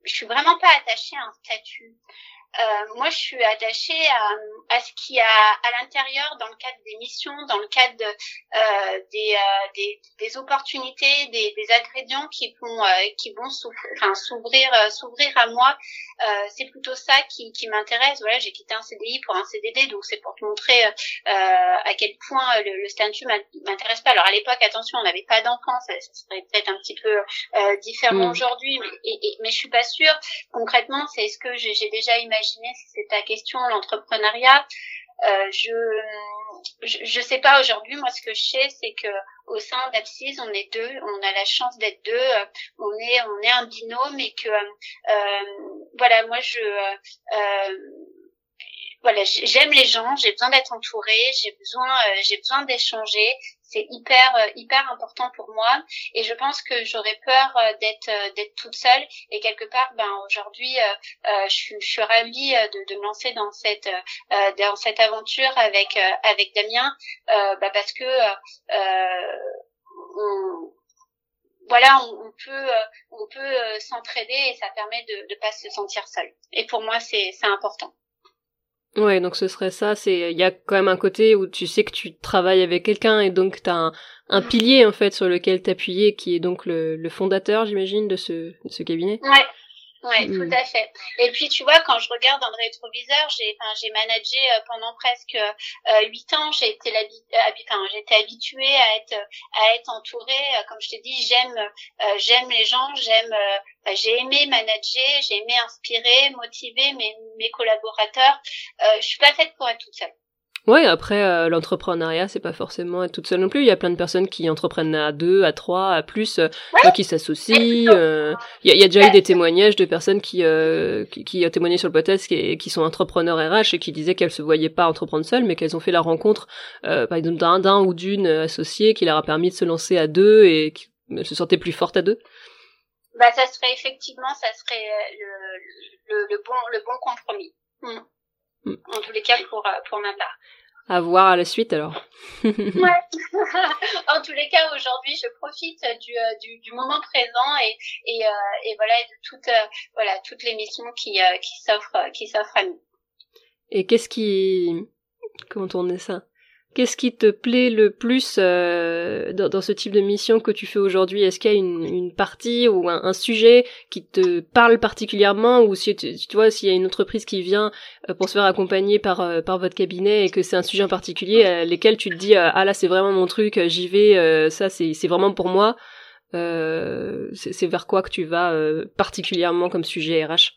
[SPEAKER 2] je suis vraiment pas attachée à un statut. Euh, moi, je suis attachée à, à ce qu'il y a à l'intérieur, dans le cadre des missions, dans le cadre de, euh, des, euh, des, des opportunités, des, des ingrédients qui vont, euh, qui vont s'ouvrir, enfin, s'ouvrir, euh, s'ouvrir à moi. Euh, c'est plutôt ça qui, qui m'intéresse. Voilà, j'ai quitté un C D I pour un C D D, donc c'est pour te montrer euh, à quel point le, le statut m'intéresse pas. Alors à l'époque, attention, on n'avait pas d'enfants, ça, ça serait peut-être un petit peu euh, différent mmh. aujourd'hui, mais, et, et, mais je suis pas sûre. Concrètement, c'est ce que j'ai, j'ai déjà imaginé. Si c'est ta question, l'entrepreneuriat, euh, je, je je sais pas aujourd'hui. Moi, ce que je sais, c'est que au sein d'Apsys, on est deux, on a la chance d'être deux, euh, on est on est un binôme et que euh, voilà, moi je euh, voilà, j'aime les gens, j'ai besoin d'être entourée, j'ai besoin euh, j'ai besoin d'échanger. C'est hyper euh, hyper important pour moi et je pense que j'aurais peur euh, d'être euh, d'être toute seule et quelque part ben aujourd'hui euh, euh, je suis je suis ravie de de me lancer dans cette euh, dans cette aventure avec euh, avec Damien euh, bah parce que euh, on voilà, on, on peut on peut s'entraider et ça permet de de pas se sentir seule. Et pour moi c'est c'est important.
[SPEAKER 1] Ouais, donc ce serait ça, c'est il y a quand même un côté où tu sais que tu travailles avec quelqu'un et donc t'as un, un pilier en fait sur lequel t'appuyer qui est donc le, le fondateur, j'imagine, de ce de ce cabinet.
[SPEAKER 2] Ouais. Ouais, mmh. tout à fait. Et puis tu vois, quand je regarde dans le rétroviseur, j'ai, enfin, j'ai managé euh, pendant presque euh, huit ans. J'ai été enfin, j'ai été habituée à être à être entourée. Euh, comme je t'ai dit, j'aime euh, j'aime les gens, j'aime, euh, j'ai aimé manager, j'ai aimé inspirer, motiver mes mes collaborateurs. Euh, je suis pas faite pour être toute seule.
[SPEAKER 1] Ouais, après, euh, l'entrepreneuriat, c'est pas forcément être toute seule non plus. Il y a plein de personnes qui entreprennent à deux, à trois, à plus, euh, ouais. qui s'associent. Il euh, y, a, y a déjà eu des témoignages de personnes qui, euh, qui, qui ont témoigné sur le podcast qui, qui sont entrepreneurs R H et qui disaient qu'elles se voyaient pas entreprendre seules, mais qu'elles ont fait la rencontre, euh, par exemple, d'un, d'un ou d'une associée qui leur a permis de se lancer à deux et qu'elles se sentaient plus fortes à deux.
[SPEAKER 2] Bah, ça serait effectivement, ça serait le, le, le bon, le bon compromis. Mm. En tous les cas, pour, pour ma part.
[SPEAKER 1] À voir à la suite, alors.
[SPEAKER 2] Ouais. En tous les cas, aujourd'hui, je profite du, du, du moment présent et, et, et voilà, de toutes, voilà, toutes les missions qui, qui s'offrent, qui s'offrent à nous.
[SPEAKER 1] Et qu'est-ce qui, comment tourner ça? Qu'est-ce qui te plaît le plus euh, dans, dans ce type de mission que tu fais aujourd'hui? Est-ce qu'il y a une, une partie ou un, un sujet qui te parle particulièrement, ou si tu, tu vois, s'il y a une entreprise qui vient euh, pour se faire accompagner par euh, par votre cabinet et que c'est un sujet en particulier, euh, lesquels tu te dis euh, ah là c'est vraiment mon truc, j'y vais, euh, ça c'est c'est vraiment pour moi. Euh, c'est, c'est vers quoi que tu vas euh, particulièrement comme sujet R H?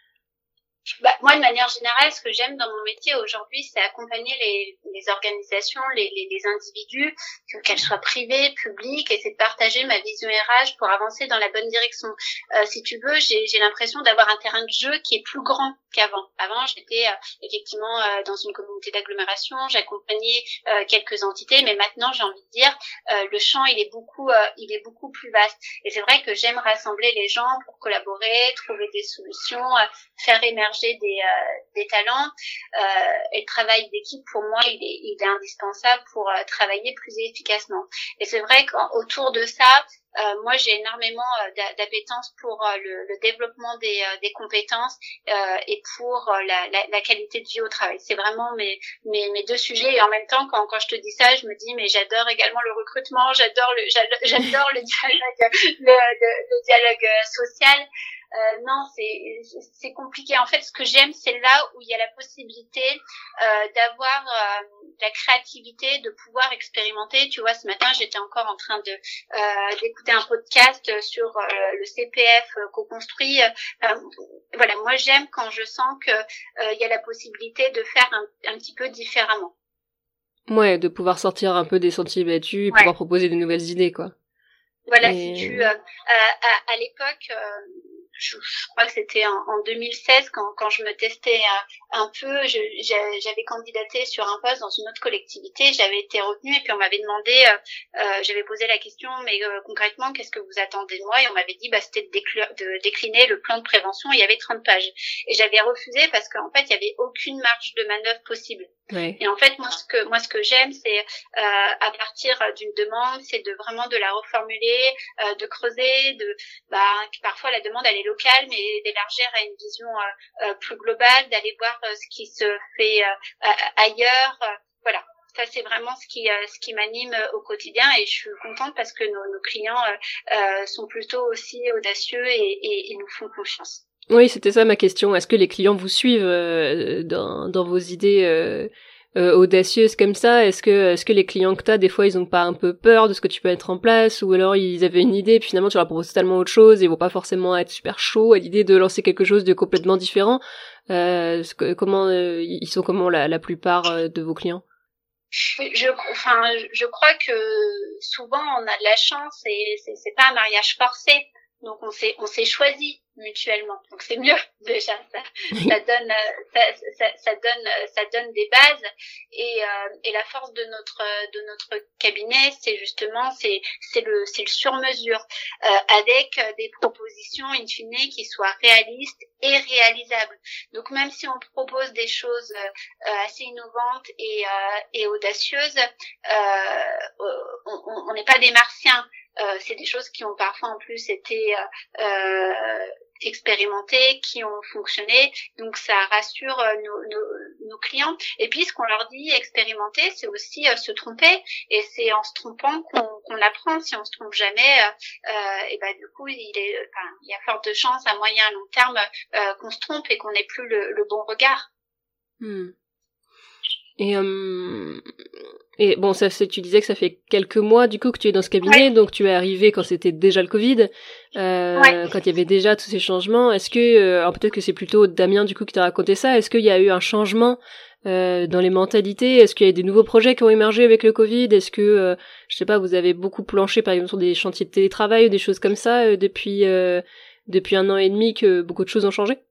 [SPEAKER 2] Bah, moi, de manière générale, ce que j'aime dans mon métier aujourd'hui, c'est accompagner les, les organisations, les, les, les individus, qu'elles soient privées, publiques, et c'est de partager ma vision R H pour avancer dans la bonne direction. Euh, si tu veux, j'ai, j'ai l'impression d'avoir un terrain de jeu qui est plus grand qu'avant. Avant, j'étais euh, effectivement euh, dans une communauté d'agglomération, j'accompagnais euh, quelques entités, mais maintenant, j'ai envie de dire, euh, le champ, il est beaucoup, euh, il est beaucoup plus vaste. Et c'est vrai que j'aime rassembler les gens pour collaborer, trouver des solutions, euh, faire émerger des, euh, des talents. Euh, et le travail d'équipe, pour moi, il est, il est indispensable pour euh, travailler plus efficacement. Et c'est vrai qu'autour de ça, Euh, moi, j'ai énormément euh, d'appétence pour euh, le, le développement des, euh, des compétences euh, et pour euh, la, la, la qualité de vie au travail. C'est vraiment mes, mes, mes deux sujets. Et en même temps, quand, quand je te dis ça, je me dis, mais j'adore également le recrutement, j'adore le, j'adore, j'adore le dialogue, le, le, le dialogue social. Euh, non, c'est c'est compliqué. En fait, ce que j'aime, c'est là où il y a la possibilité euh, d'avoir euh, de la créativité, de pouvoir expérimenter. Tu vois, ce matin, j'étais encore en train de euh, d'écouter un podcast sur euh, le C P F euh, co-construit. Euh, voilà, moi, j'aime quand je sens que euh, il y a la possibilité de faire un, un petit peu différemment.
[SPEAKER 1] Ouais, de pouvoir sortir un peu des sentiers battus et ouais. pouvoir proposer de nouvelles idées, quoi.
[SPEAKER 2] Voilà,
[SPEAKER 1] et...
[SPEAKER 2] si tu euh, à, à, à l'époque. Euh, Je, je crois que c'était en, en deux mille seize quand, quand je me testais un, un peu, je, j'avais candidaté sur un poste dans une autre collectivité, j'avais été retenue et puis on m'avait demandé, euh, euh, j'avais posé la question, mais euh, concrètement, qu'est-ce que vous attendez de moi? Et on m'avait dit, bah, c'était de, déclu- de décliner le plan de prévention, il y avait trente pages. Et j'avais refusé parce qu'en fait, il y avait aucune marge de manœuvre possible.
[SPEAKER 1] Oui.
[SPEAKER 2] Et en fait, moi, ce que, moi, ce que j'aime, c'est euh, à partir d'une demande, c'est de vraiment de la reformuler, euh, de creuser, de, bah, parfois la demande, elle est local, mais d'élargir à une vision euh, euh, plus globale, d'aller voir euh, ce qui se fait euh, ailleurs. Euh, voilà. Ça, c'est vraiment ce qui, euh, ce qui m'anime euh, au quotidien, et je suis contente parce que nos, nos clients euh, euh, sont plutôt aussi audacieux et, et, et nous font confiance.
[SPEAKER 1] Oui, c'était ça ma question. Est-ce que les clients vous suivent euh, dans, dans vos idées euh, euh, audacieuses comme ça? Est-ce que, est-ce que les clients que t'as, des fois, ils ont pas un peu peur de ce que tu peux mettre en place, ou alors ils avaient une idée et puis finalement tu leur proposes totalement autre chose et ils vont pas forcément être super chauds à l'idée de lancer quelque chose de complètement différent? Euh, comment euh, ils sont comment la, la plupart euh, de vos clients?
[SPEAKER 2] Je, enfin, je crois que souvent on a de la chance et c'est, c'est pas un mariage forcé. Donc on s'est, on s'est choisi mutuellement. Donc c'est mieux déjà. Ça, ça donne, ça, ça, ça donne, ça donne des bases. Et, euh, et la force de notre, de notre cabinet, c'est justement, c'est, c'est le, c'est le sur-mesure, euh, avec des propositions in fine qui soient réalistes et réalisables. Donc même si on propose des choses euh, assez innovantes et, euh, et audacieuses, euh, on n'est pas des martiens. Euh, c'est des choses qui ont parfois en plus été euh, expérimentées, qui ont fonctionné, donc ça rassure euh, nos, nos, nos clients. Et puis ce qu'on leur dit, expérimenter, c'est aussi euh, se tromper, et c'est en se trompant qu'on, qu'on apprend. Si on se trompe jamais, euh, euh, et ben du coup il est, enfin, il y a forte chance à moyen à long terme euh, qu'on se trompe et qu'on n'ait plus le, le bon regard.
[SPEAKER 1] Hmm. Et euh, et bon, ça, c'est, tu disais que ça fait quelques mois du coup que tu es dans ce cabinet, ouais. Donc tu es arrivé quand c'était déjà le Covid, euh, ouais. Quand il y avait déjà tous ces changements. Est-ce que, euh, alors peut-être que c'est plutôt Damien du coup qui t'a raconté ça. Est-ce qu'il y a eu un changement euh, dans les mentalités? Est-ce qu'il y a des nouveaux projets qui ont émergé avec le Covid? Est-ce que, euh, je sais pas, vous avez beaucoup planché par exemple sur des chantiers de télétravail ou des choses comme ça euh, depuis euh, depuis un an et demi que beaucoup de choses ont changé?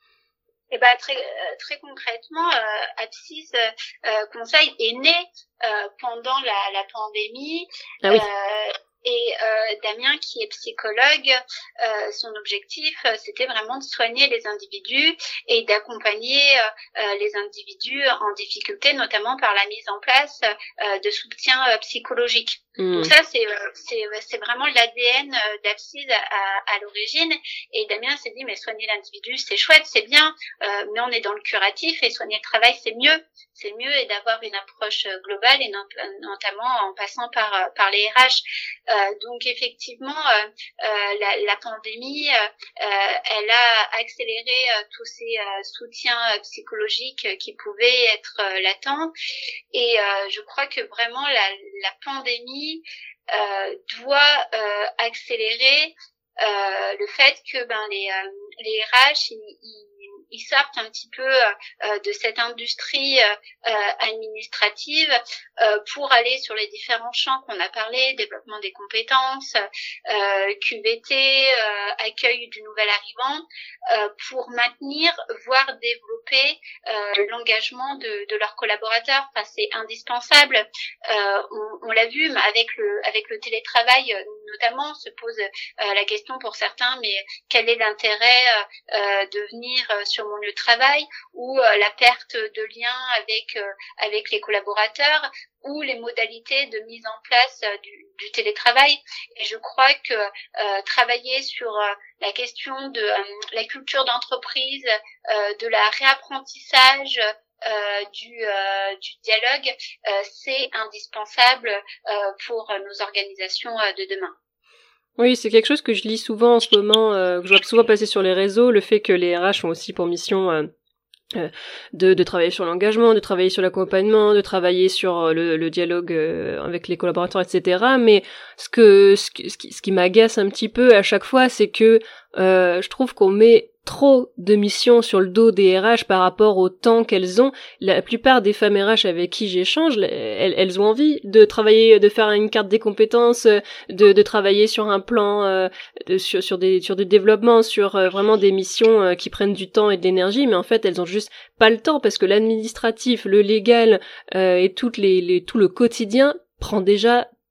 [SPEAKER 2] Eh ben très très concrètement, euh, Apsis euh, Conseil est né euh, pendant la, la pandémie.
[SPEAKER 1] Ah oui.
[SPEAKER 2] Euh, Et euh, Damien, qui est psychologue, euh, son objectif, euh, c'était vraiment de soigner les individus et d'accompagner euh, les individus en difficulté, notamment par la mise en place euh, de soutien euh, psychologique. Mmh. Donc ça, c'est, c'est, c'est vraiment l'A D N d'Apsis à, à l'origine. Et Damien s'est dit, mais soigner l'individu, c'est chouette, c'est bien, euh, mais on est dans le curatif, et soigner le travail, c'est mieux. C'est mieux, et d'avoir une approche globale, et notamment en passant par, par les R H. Euh, donc effectivement, euh, euh, la, la pandémie, euh, elle a accéléré euh, tous ces euh, soutiens euh, psychologiques qui pouvaient être euh, latents. Et euh, je crois que vraiment la, la pandémie euh, doit euh, accélérer euh, le fait que ben les, euh, les R H, ils, ils ils sortent un petit peu euh, de cette industrie euh, administrative euh, pour aller sur les différents champs qu'on a parlé, développement des compétences, euh, Q V T, euh, accueil du nouvel arrivant, euh, pour maintenir, voire développer euh, l'engagement de, de leurs collaborateurs. Enfin, c'est indispensable. Euh, on, on l'a vu avec le avec le télétravail, notamment, se pose euh, la question pour certains, mais quel est l'intérêt euh, de venir euh, sur mon lieu de travail, ou euh, la perte de lien avec euh, avec les collaborateurs, ou les modalités de mise en place euh, du, du télétravail. Et je crois que euh, travailler sur euh, la question de euh, la culture d'entreprise, euh, de la réapprentissage euh, du, euh, du dialogue, euh, c'est indispensable euh, pour nos organisations euh, de demain.
[SPEAKER 1] Oui, c'est quelque chose que je lis souvent en ce moment, euh, que je vois souvent passer sur les réseaux, le fait que les R H ont aussi pour mission euh, euh, de, de travailler sur l'engagement, de travailler sur l'accompagnement, de travailler sur le, le dialogue euh, avec les collaborateurs, et cetera. Mais ce que ce, ce qui, ce qui m'agace un petit peu à chaque fois, c'est que euh, je trouve qu'on met trop de missions sur le dos des R H par rapport au temps qu'elles ont. La plupart des femmes R H avec qui j'échange, elles, elles ont envie de travailler, de faire une carte des compétences, de, de travailler sur un plan, euh, de, sur, sur des, sur du développement, sur euh, vraiment des missions euh, qui prennent du temps et de l'énergie, mais en fait, elles ont juste pas le temps parce que l'administratif, le légal euh, et toutes les, les, tout le quotidien prend déjà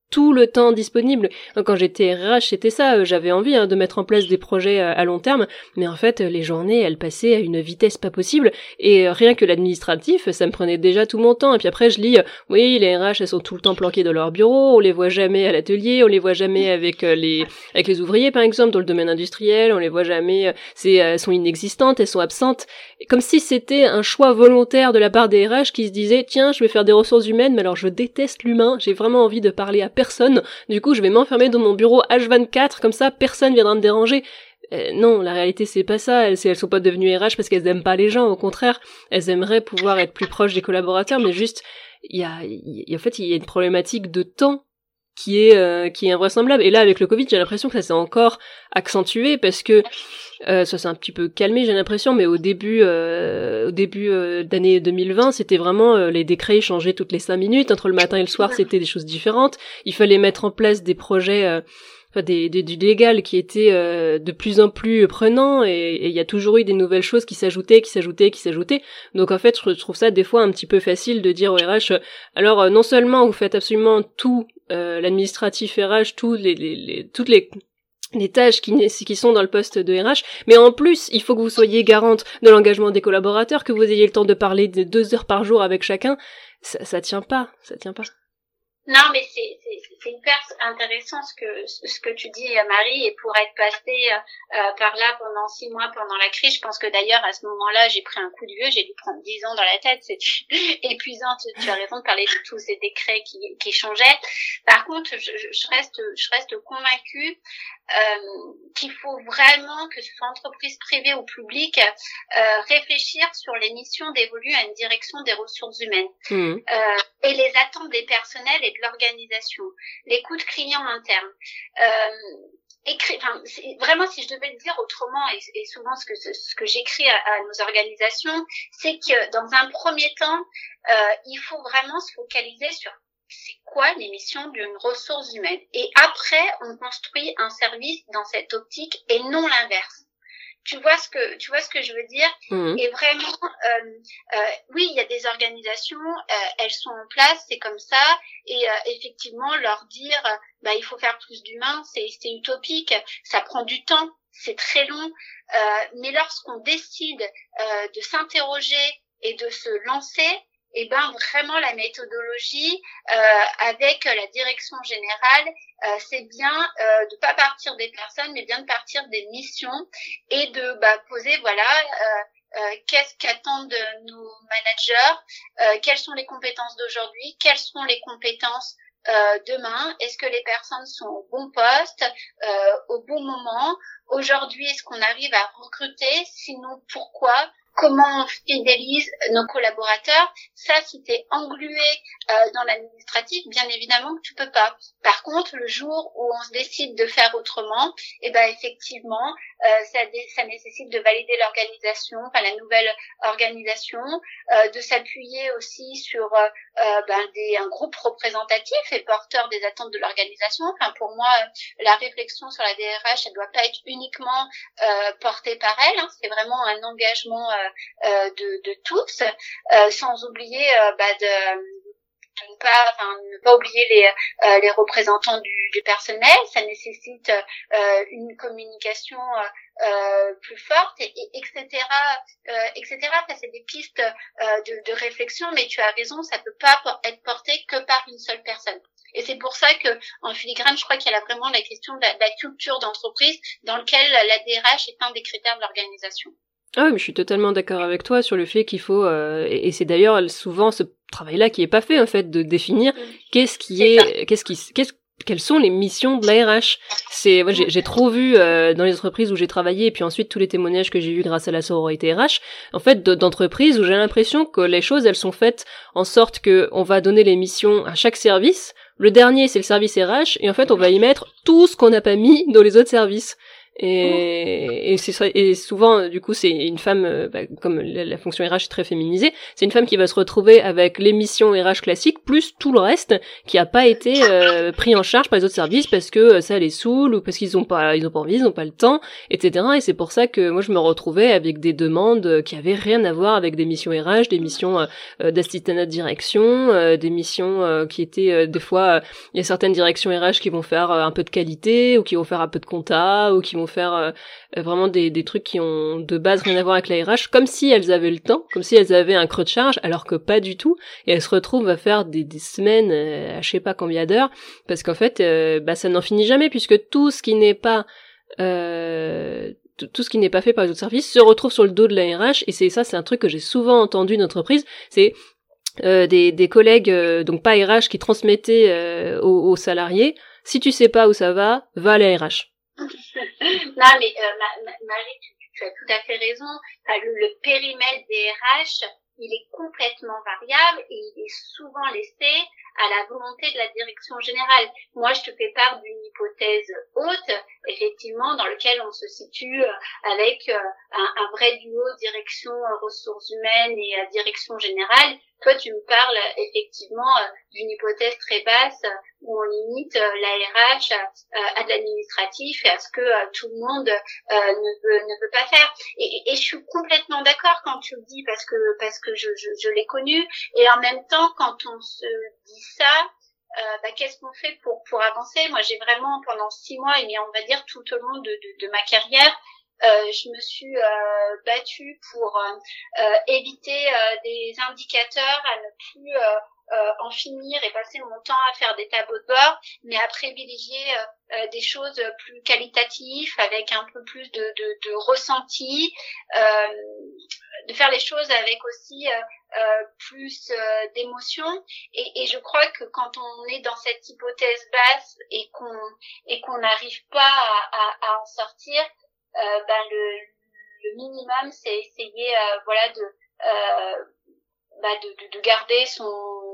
[SPEAKER 1] tout le temps disponible. Quand j'étais R H, c'était ça, j'avais envie hein, de mettre en place des projets à long terme, mais en fait, les journées, elles passaient à une vitesse pas possible, et rien que l'administratif, ça me prenait déjà tout mon temps, et puis après je lis, oui, les R H, elles sont tout le temps planquées dans leur bureau, on les voit jamais à l'atelier, on les voit jamais avec les avec les ouvriers, par exemple, dans le domaine industriel, on les voit jamais, c'est, elles sont inexistantes, elles sont absentes, comme si c'était un choix volontaire de la part des R H qui se disaient, tiens, je vais faire des ressources humaines, mais alors je déteste l'humain, j'ai vraiment envie de parler à personne, du coup je vais m'enfermer dans mon bureau H vingt-quatre, comme ça personne viendra me déranger. Euh, non, la réalité c'est pas ça, elles, elles sont pas devenues R H parce qu'elles aiment pas les gens, au contraire, elles aimeraient pouvoir être plus proches des collaborateurs, mais juste, il y a, y a, en fait il y a une problématique de temps qui est euh, qui est invraisemblable, et là avec le Covid j'ai l'impression que ça s'est encore accentué, parce que euh, ça s'est un petit peu calmé j'ai l'impression, mais au début euh, au début euh, d'année deux mille vingt c'était vraiment euh, les décrets changeaient toutes les cinq minutes, entre le matin et le soir c'était des choses différentes, il fallait mettre en place des projets euh, enfin des, des, du légal qui étaient euh, de plus en plus prenants, et il y a toujours eu des nouvelles choses qui s'ajoutaient, qui s'ajoutaient, qui s'ajoutaient, donc en fait je trouve ça des fois un petit peu facile de dire au R H, alors euh, non seulement vous faites absolument tout euh, l'administratif R H, tout les, les, les, toutes les les tâches qui, qui sont dans le poste de R H, mais en plus, il faut que vous soyez garante de l'engagement des collaborateurs, que vous ayez le temps de parler de deux heures par jour avec chacun, ça, ça tient pas, ça tient pas.
[SPEAKER 2] Non, mais c'est, c'est, c'est hyper intéressant ce que, ce que tu dis, Marie, et pour être passée euh, par là pendant six mois pendant la crise, je pense que d'ailleurs, à ce moment-là, j'ai pris un coup de vieux, j'ai dû prendre dix ans dans la tête, c'est épuisant, tu, tu as raison de parler de tous ces décrets qui, qui changeaient. Par contre, je, je reste, je reste convaincue euh, qu'il faut vraiment, que ce soit entreprise privée ou publique, euh, réfléchir sur les missions dévolues à une direction des ressources humaines. Mmh. Euh, et les attentes des personnels et de l'organisation, l'écoute client interne. Euh, écrit, enfin, c'est, vraiment, si je devais le dire autrement, et, et souvent ce que, ce, ce que j'écris à, à nos organisations, c'est que dans un premier temps, euh, il faut vraiment se focaliser sur c'est quoi les missions d'une ressource humaine. Et après, on construit un service dans cette optique et non l'inverse. Tu vois ce que tu vois ce que je veux dire. Mmh. Et vraiment, euh, euh, oui, il y a des organisations, euh, elles sont en place, c'est comme ça. Et euh, effectivement, leur dire, euh, bah il faut faire plus d'humains, c'est c'est utopique, ça prend du temps, c'est très long. Euh, mais lorsqu'on décide euh, de s'interroger et de se lancer, et ben vraiment la méthodologie euh, avec la direction générale, euh, c'est bien euh, de pas partir des personnes, mais bien de partir des missions et de bah, poser voilà euh, euh, qu'est-ce qu'attendent nos managers, euh, quelles sont les compétences d'aujourd'hui, quelles seront les compétences euh, demain, est-ce que les personnes sont au bon poste, euh, au bon moment, aujourd'hui est-ce qu'on arrive à recruter, sinon pourquoi? Comment on fidélise nos collaborateurs? Ça, si t'es englué euh, dans l'administratif, bien évidemment que tu peux pas. Par contre, le jour où on se décide de faire autrement, eh ben effectivement, euh, ça, ça nécessite de valider l'organisation, enfin la nouvelle organisation, euh, de s'appuyer aussi sur euh, ben des un groupe représentatif et porteur des attentes de l'organisation. Enfin pour moi, la réflexion sur la D R H, elle doit pas être uniquement euh, portée par elle. Hein, c'est vraiment un engagement euh, Euh, de, de tous, euh, sans oublier euh, bah, de, de ne pas, enfin, ne pas oublier les, euh, les représentants du, du personnel. Ça nécessite euh, une communication euh, euh, plus forte, et, et etc. Euh, etc. Ça c'est des pistes euh, de, de réflexion, mais tu as raison, ça peut pas être porté que par une seule personne. Et c'est pour ça que en filigrane, je crois qu'il y a vraiment la question de la, de la culture d'entreprise, dans lequel la D R H est un des critères de l'organisation.
[SPEAKER 1] Ah oui, mais je suis totalement d'accord avec toi sur le fait qu'il faut, euh, et, et c'est d'ailleurs souvent ce travail-là qui est pas fait en fait, de définir mmh. qu'est-ce qui est, est qu'est-ce qui, qu'est-ce, quelles sont les missions de la R H. C'est, moi, j'ai, j'ai trop vu euh, dans les entreprises où j'ai travaillé, et puis ensuite tous les témoignages que j'ai eus grâce à la sororité R H, en fait, de, d'entreprises où j'ai l'impression que les choses elles sont faites en sorte que on va donner les missions à chaque service. Le dernier c'est le service R H, et en fait on va y mettre tout ce qu'on n'a pas mis dans les autres services. Et, et, c'est, et souvent, du coup, c'est une femme, euh, bah, comme la, la fonction R H est très féminisée, c'est une femme qui va se retrouver avec les missions R H classiques, plus tout le reste, qui a pas été euh, pris en charge par les autres services parce que euh, ça les saoule, ou parce qu'ils ont pas, ils ont pas envie, ils ont pas le temps, et cetera. Et c'est pour ça que moi, je me retrouvais avec des demandes qui avaient rien à voir avec des missions R H, des missions euh, d'assistanat de direction, euh, des missions euh, qui étaient, euh, des fois, il euh, y a certaines directions R H qui vont faire euh, un peu de qualité, ou qui vont faire un peu de compta, ou qui vont faire euh, vraiment des, des trucs qui ont de base rien à voir avec la R H, comme si elles avaient le temps, comme si elles avaient un creux de charge, alors que pas du tout, et elles se retrouvent à faire des, des semaines, euh, à je sais pas combien d'heures, parce qu'en fait, euh, bah ça n'en finit jamais, puisque tout ce qui n'est pas euh, tout, tout ce qui n'est pas fait par les autres services se retrouve sur le dos de la R H, et c'est ça, c'est un truc que j'ai souvent entendu d'entreprise, c'est euh, des, des collègues, euh, donc pas R H, qui transmettaient euh, aux, aux salariés, si tu sais pas où ça va, va à la R H.
[SPEAKER 2] Non, mais euh, ma, ma, Marie, tu, tu as tout à fait raison. Enfin, le, le périmètre des R H, il est complètement variable et il est souvent laissé à la volonté de la direction générale. Moi, je te fais part d'une hypothèse haute, effectivement, dans lequel on se situe avec un, un vrai duo direction ressources humaines et direction générale. Toi, tu me parles effectivement d'une hypothèse très basse où on limite la R H à de l'administratif et à ce que tout le monde ne veut ne veut pas faire. Et, et je suis complètement d'accord quand tu le dis parce que parce que je je, je l'ai connu. Et en même temps, quand on se dit ça, euh, bah, qu'est-ce qu'on fait pour pour avancer? Moi, j'ai vraiment pendant six mois, et bien on va dire tout au long de de, de ma carrière, Euh, je me suis euh, battue pour euh, éviter euh, des indicateurs, à ne plus euh, euh, en finir et passer mon temps à faire des tableaux de bord, mais à privilégier euh, euh, des choses plus qualitatives, avec un peu plus de, de, de ressenti, euh, de faire les choses avec aussi euh, euh, plus euh, d'émotion. Et, et je crois que quand on est dans cette hypothèse basse et qu'on et qu'on n'arrive pas à, à, à en sortir, Euh, ben le, le minimum c'est essayer euh, voilà de euh, bah de, de de garder son,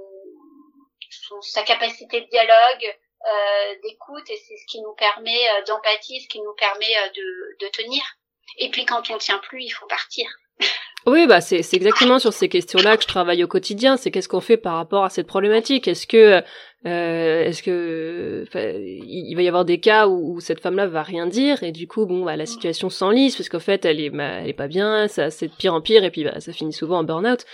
[SPEAKER 2] son sa capacité de dialogue, euh, d'écoute, et c'est ce qui nous permet euh, d'empathie, ce qui nous permet euh, de de tenir. Et puis quand on tient plus, il faut partir.
[SPEAKER 1] Oui, bah c'est c'est exactement sur ces questions-là que je travaille au quotidien. C'est qu'est-ce qu'on fait par rapport à cette problématique. Est-ce que euh, est-ce que il va y avoir des cas où, où cette femme-là va rien dire et du coup bon bah la situation s'enlise parce qu'en fait elle est bah, elle est pas bien, ça c'est de pire en pire et puis bah ça finit souvent en burn-out.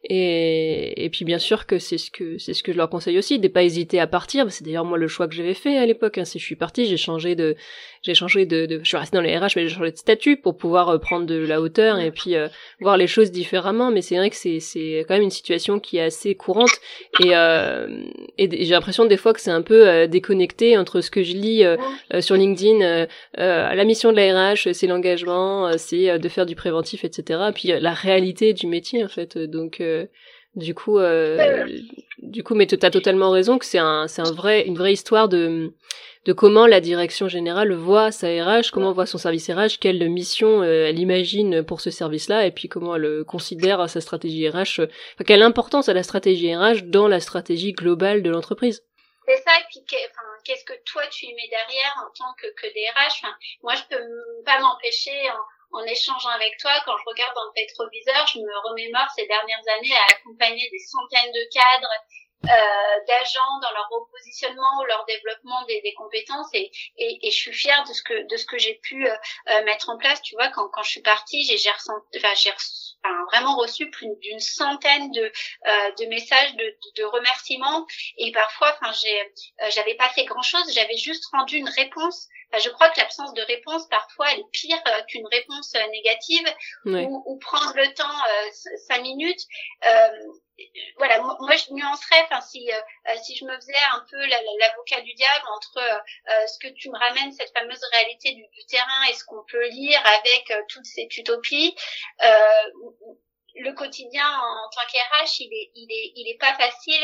[SPEAKER 1] Et et puis bien sûr que c'est ce que c'est ce que je leur conseille aussi, de pas hésiter à partir. C'est d'ailleurs moi le choix que j'avais fait à l'époque. Hein. Si je suis partie, j'ai changé de j'ai changé de, de je suis restée dans les R H mais j'ai changé de statut pour pouvoir euh, prendre de la hauteur et puis euh, voir les choses différemment. Mais c'est vrai que c'est c'est quand même une situation qui est assez courante et euh, et j'ai l'impression des fois que c'est un peu euh, déconnecté entre ce que je lis euh, euh, sur LinkedIn, euh, euh, la mission de la R H, c'est l'engagement, euh, c'est euh, de faire du préventif, et cetera. Puis euh, la réalité du métier en fait. Donc euh, du coup, euh, du coup, mais t'as totalement raison que c'est un, c'est un vrai, une vraie histoire de de comment la direction générale voit sa R H, comment voit son service R H, quelle mission euh, elle imagine pour ce service-là, et puis comment elle considère sa stratégie R H, euh, enfin, quelle importance a la stratégie R H dans la stratégie globale de l'entreprise.
[SPEAKER 2] C'est ça, et puis enfin, qu'est-ce que toi tu y mets derrière en tant que, que D R H. Enfin, moi, je peux pas m'empêcher, en, en échangeant avec toi, quand je regarde dans le rétroviseur, je me remémore ces dernières années à accompagner des centaines de cadres, euh, d'agents dans leur repositionnement ou leur développement des, des compétences, et, et, et je suis fière de ce que de ce que j'ai pu euh, mettre en place. Tu vois, quand quand je suis partie, j'ai j'ai ressenti, enfin j'ai reçu, enfin, vraiment reçu plus d'une centaine de euh, de messages de, de de remerciements, et parfois, enfin j'ai euh, j'avais pas fait grand chose, j'avais juste rendu une réponse. Enfin, je crois que l'absence de réponse parfois elle est pire euh, qu'une réponse euh, négative, ouais. ou, ou prendre le temps euh, cinq minutes. Euh, Voilà, moi je nuancerais, enfin si euh, si je me faisais un peu la, la, l'avocat du diable entre euh, ce que tu me ramènes, cette fameuse réalité du, du terrain, et ce qu'on peut lire avec euh, toutes ces utopies, euh, le quotidien en, en tant qu'R H, il est il est il est pas facile.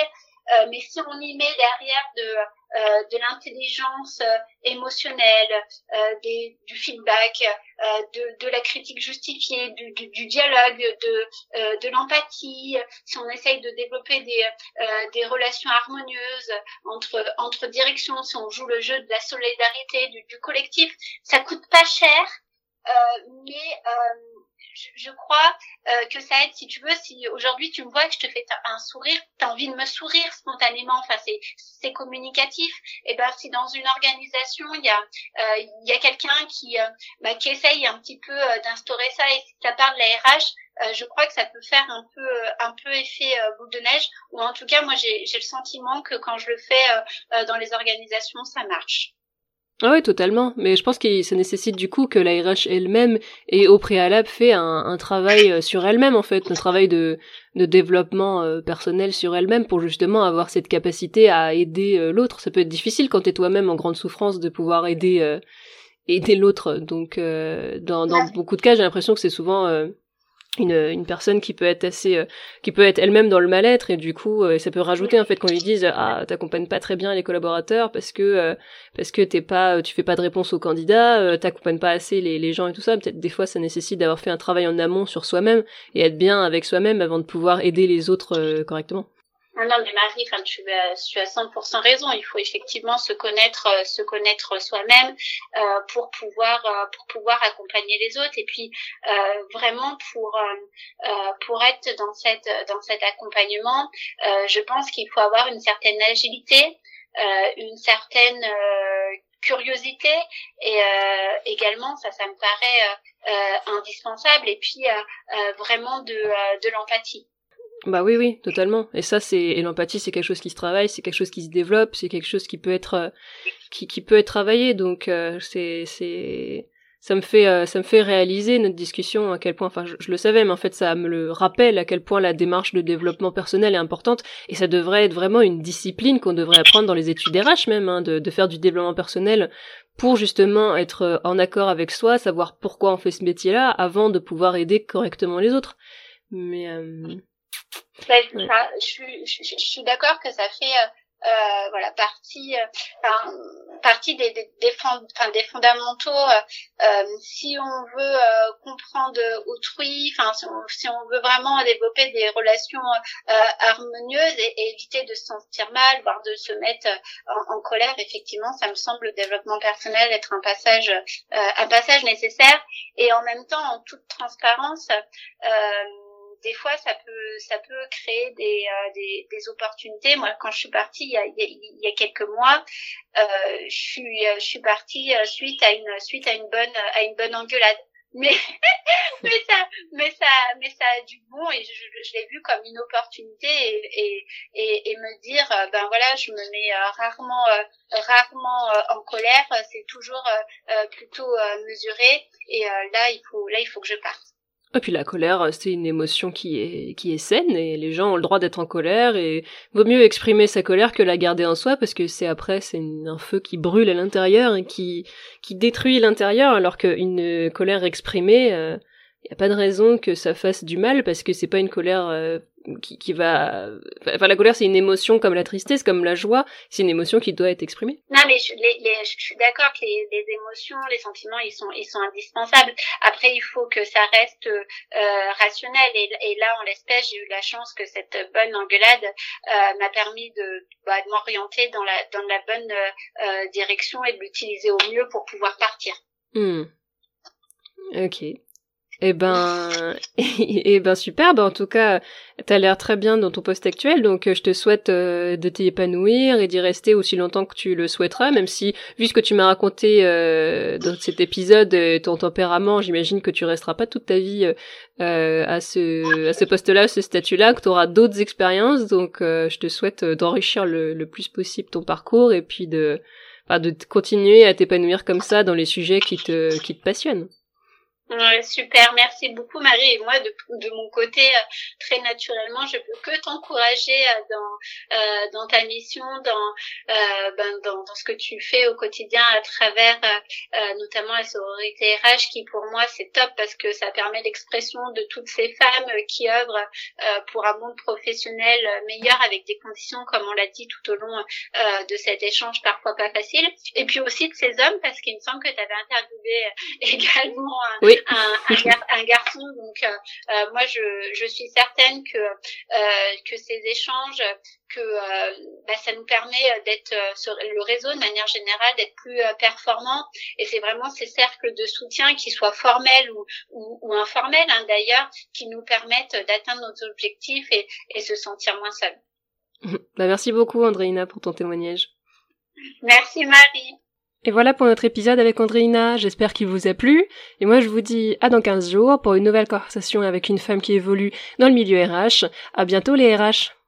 [SPEAKER 2] euh, mais si on y met derrière de euh, de l'intelligence euh, émotionnelle, euh, des, du feedback, euh, de, de la critique justifiée, du, du, du dialogue, de, euh, de l'empathie, si on essaye de développer des, euh, des relations harmonieuses entre, entre directions, si on joue le jeu de la solidarité, du, du collectif, ça coûte pas cher, euh, mais euh, je, je crois euh, que ça aide. Si tu veux, si aujourd'hui tu me vois que je te fais un sourire, t'as envie de me sourire spontanément, enfin c'est c'est communicatif. Et ben si dans une organisation il y a euh, il y a quelqu'un qui euh, bah, qui essaye un petit peu euh, d'instaurer ça, et si ça part de la R H, euh, je crois que ça peut faire un peu euh, un peu effet euh, boule de neige, ou en tout cas moi j'ai j'ai le sentiment que quand je le fais euh, euh, dans les organisations, ça marche.
[SPEAKER 1] Ah ouais, totalement. Mais je pense que ça nécessite du coup que la R H elle-même ait au préalable fait un, un travail sur elle-même, en fait, un travail de, de développement euh, personnel sur elle-même pour justement avoir cette capacité à aider euh, l'autre. Ça peut être difficile quand t'es toi-même en grande souffrance de pouvoir aider euh, aider l'autre. Donc euh, dans, dans beaucoup de cas, j'ai l'impression que c'est souvent euh, une une personne qui peut être assez euh, qui peut être elle-même dans le mal-être, et du coup euh, ça peut rajouter en fait qu'on lui dise ah t'accompagnes pas très bien les collaborateurs parce que euh, parce que t'es pas tu fais pas de réponse aux candidats, euh, t'accompagnes pas assez les les gens et tout ça. Peut-être des fois ça nécessite d'avoir fait un travail en amont sur soi-même et être bien avec soi-même avant de pouvoir aider les autres euh, correctement.
[SPEAKER 2] Non, non, mais Marie, enfin, tu as, tu as cent pour cent raison. Il faut effectivement se connaître, euh, se connaître soi-même euh, pour pouvoir, euh, pour pouvoir accompagner les autres. Et puis euh, vraiment pour euh, euh, pour être dans cette dans cet accompagnement, euh, je pense qu'il faut avoir une certaine agilité, euh, une certaine euh, curiosité, et euh, également ça, ça me paraît euh, euh, indispensable. Et puis euh, euh, vraiment de euh, de l'empathie.
[SPEAKER 1] Bah oui, oui, totalement. Et ça, c'est, et l'empathie, c'est quelque chose qui se travaille, c'est quelque chose qui se développe, c'est quelque chose qui peut être, euh, qui, qui peut être travaillé. Donc, euh, c'est, c'est, ça me fait, euh, ça me fait réaliser notre discussion à quel point, enfin, je, je le savais, mais en fait, ça me le rappelle à quel point la démarche de développement personnel est importante. Et ça devrait être vraiment une discipline qu'on devrait apprendre dans les études R H même, hein, de, de faire du développement personnel pour justement être en accord avec soi, savoir pourquoi on fait ce métier-là, avant de pouvoir aider correctement les autres. Mais, euh...
[SPEAKER 2] Ben, ouais. ça, je, suis, je, je suis d'accord que ça fait euh, euh, voilà partie euh, enfin, partie des des, des, fond, enfin, des fondamentaux. Euh, si on veut euh, comprendre autrui, enfin si on, si on veut vraiment développer des relations euh, harmonieuses et, et éviter de se sentir mal, voire de se mettre en, en colère, effectivement, ça me semble le développement personnel être un passage euh, un passage nécessaire. Et en même temps, en toute transparence, euh, des fois ça peut ça peut créer des euh, des des opportunités. Moi, quand je suis partie il y a il y a, il y a quelques mois, euh, je suis je suis partie suite à une suite à une bonne à une bonne engueulade. Mais mais ça mais ça mais ça a du bon, et je, je, je l'ai vu comme une opportunité, et et et, et me dire ben voilà, je me mets euh, rarement euh, rarement euh, en colère, c'est toujours euh, plutôt euh, mesuré, et euh, là il faut là il faut que je parte.
[SPEAKER 1] Et puis la colère, c'est une émotion qui est qui est saine, et les gens ont le droit d'être en colère, et vaut mieux exprimer sa colère que la garder en soi, parce que c'est après c'est une, un feu qui brûle à l'intérieur et qui qui détruit l'intérieur, alors qu'une colère exprimée, euh, y a pas de raison que ça fasse du mal, parce que c'est pas une colère euh, qui qui va enfin la colère c'est une émotion comme la tristesse, comme la joie, c'est une émotion qui doit être exprimée.
[SPEAKER 2] Non, mais je, les, les, je suis d'accord que les, les émotions, les sentiments, ils sont ils sont indispensables. Après, il faut que ça reste euh, rationnel, et, et là en l'espèce, j'ai eu la chance que cette bonne engueulade euh, m'a permis de, bah, de m'orienter dans la dans la bonne euh, direction, et de l'utiliser au mieux pour pouvoir partir.
[SPEAKER 1] Hmm. Ok. Eh ben, eh ben super. Ben en tout cas, t'as l'air très bien dans ton poste actuel, donc je te souhaite euh, de t'épanouir et d'y rester aussi longtemps que tu le souhaiteras. Même si, vu ce que tu m'as raconté euh, dans cet épisode, euh, ton tempérament, j'imagine que tu resteras pas toute ta vie euh, à ce à ce poste-là, à ce statut-là, que tu auras d'autres expériences. Donc, euh, je te souhaite d'enrichir le, le plus possible ton parcours, et puis de, enfin, de continuer à t'épanouir comme ça dans les sujets qui te qui te passionnent.
[SPEAKER 2] Ouais, super, merci beaucoup Marie. Et moi, de, de mon côté, euh, très naturellement, je peux que t'encourager euh, dans euh, dans ta mission, dans, euh, ben, dans dans ce que tu fais au quotidien à travers euh, euh, notamment la sororité R H, qui pour moi c'est top parce que ça permet l'expression de toutes ces femmes qui œuvrent euh, pour un monde professionnel meilleur avec des conditions, comme on l'a dit tout au long euh, de cet échange parfois pas facile. Et puis aussi de ces hommes, parce qu'il me semble que tu avais interviewé également un,
[SPEAKER 1] oui.
[SPEAKER 2] un, un, gar, un garçon. Donc euh, euh, moi je, je suis certaine que euh, que ces échanges, que euh, bah, ça nous permet d'être euh, sur le réseau de manière générale, d'être plus euh, performant. Et c'est vraiment ces cercles de soutien, qui soient formels ou, ou, ou informels hein, d'ailleurs, qui nous permettent d'atteindre nos objectifs et, et se sentir moins seuls.
[SPEAKER 1] Bah, merci beaucoup Andréina pour ton témoignage.
[SPEAKER 2] Merci Marie.
[SPEAKER 1] Et voilà pour notre épisode avec Andréina, j'espère qu'il vous a plu, et moi je vous dis à dans quinze jours pour une nouvelle conversation avec une femme qui évolue dans le milieu R H. À bientôt les R H.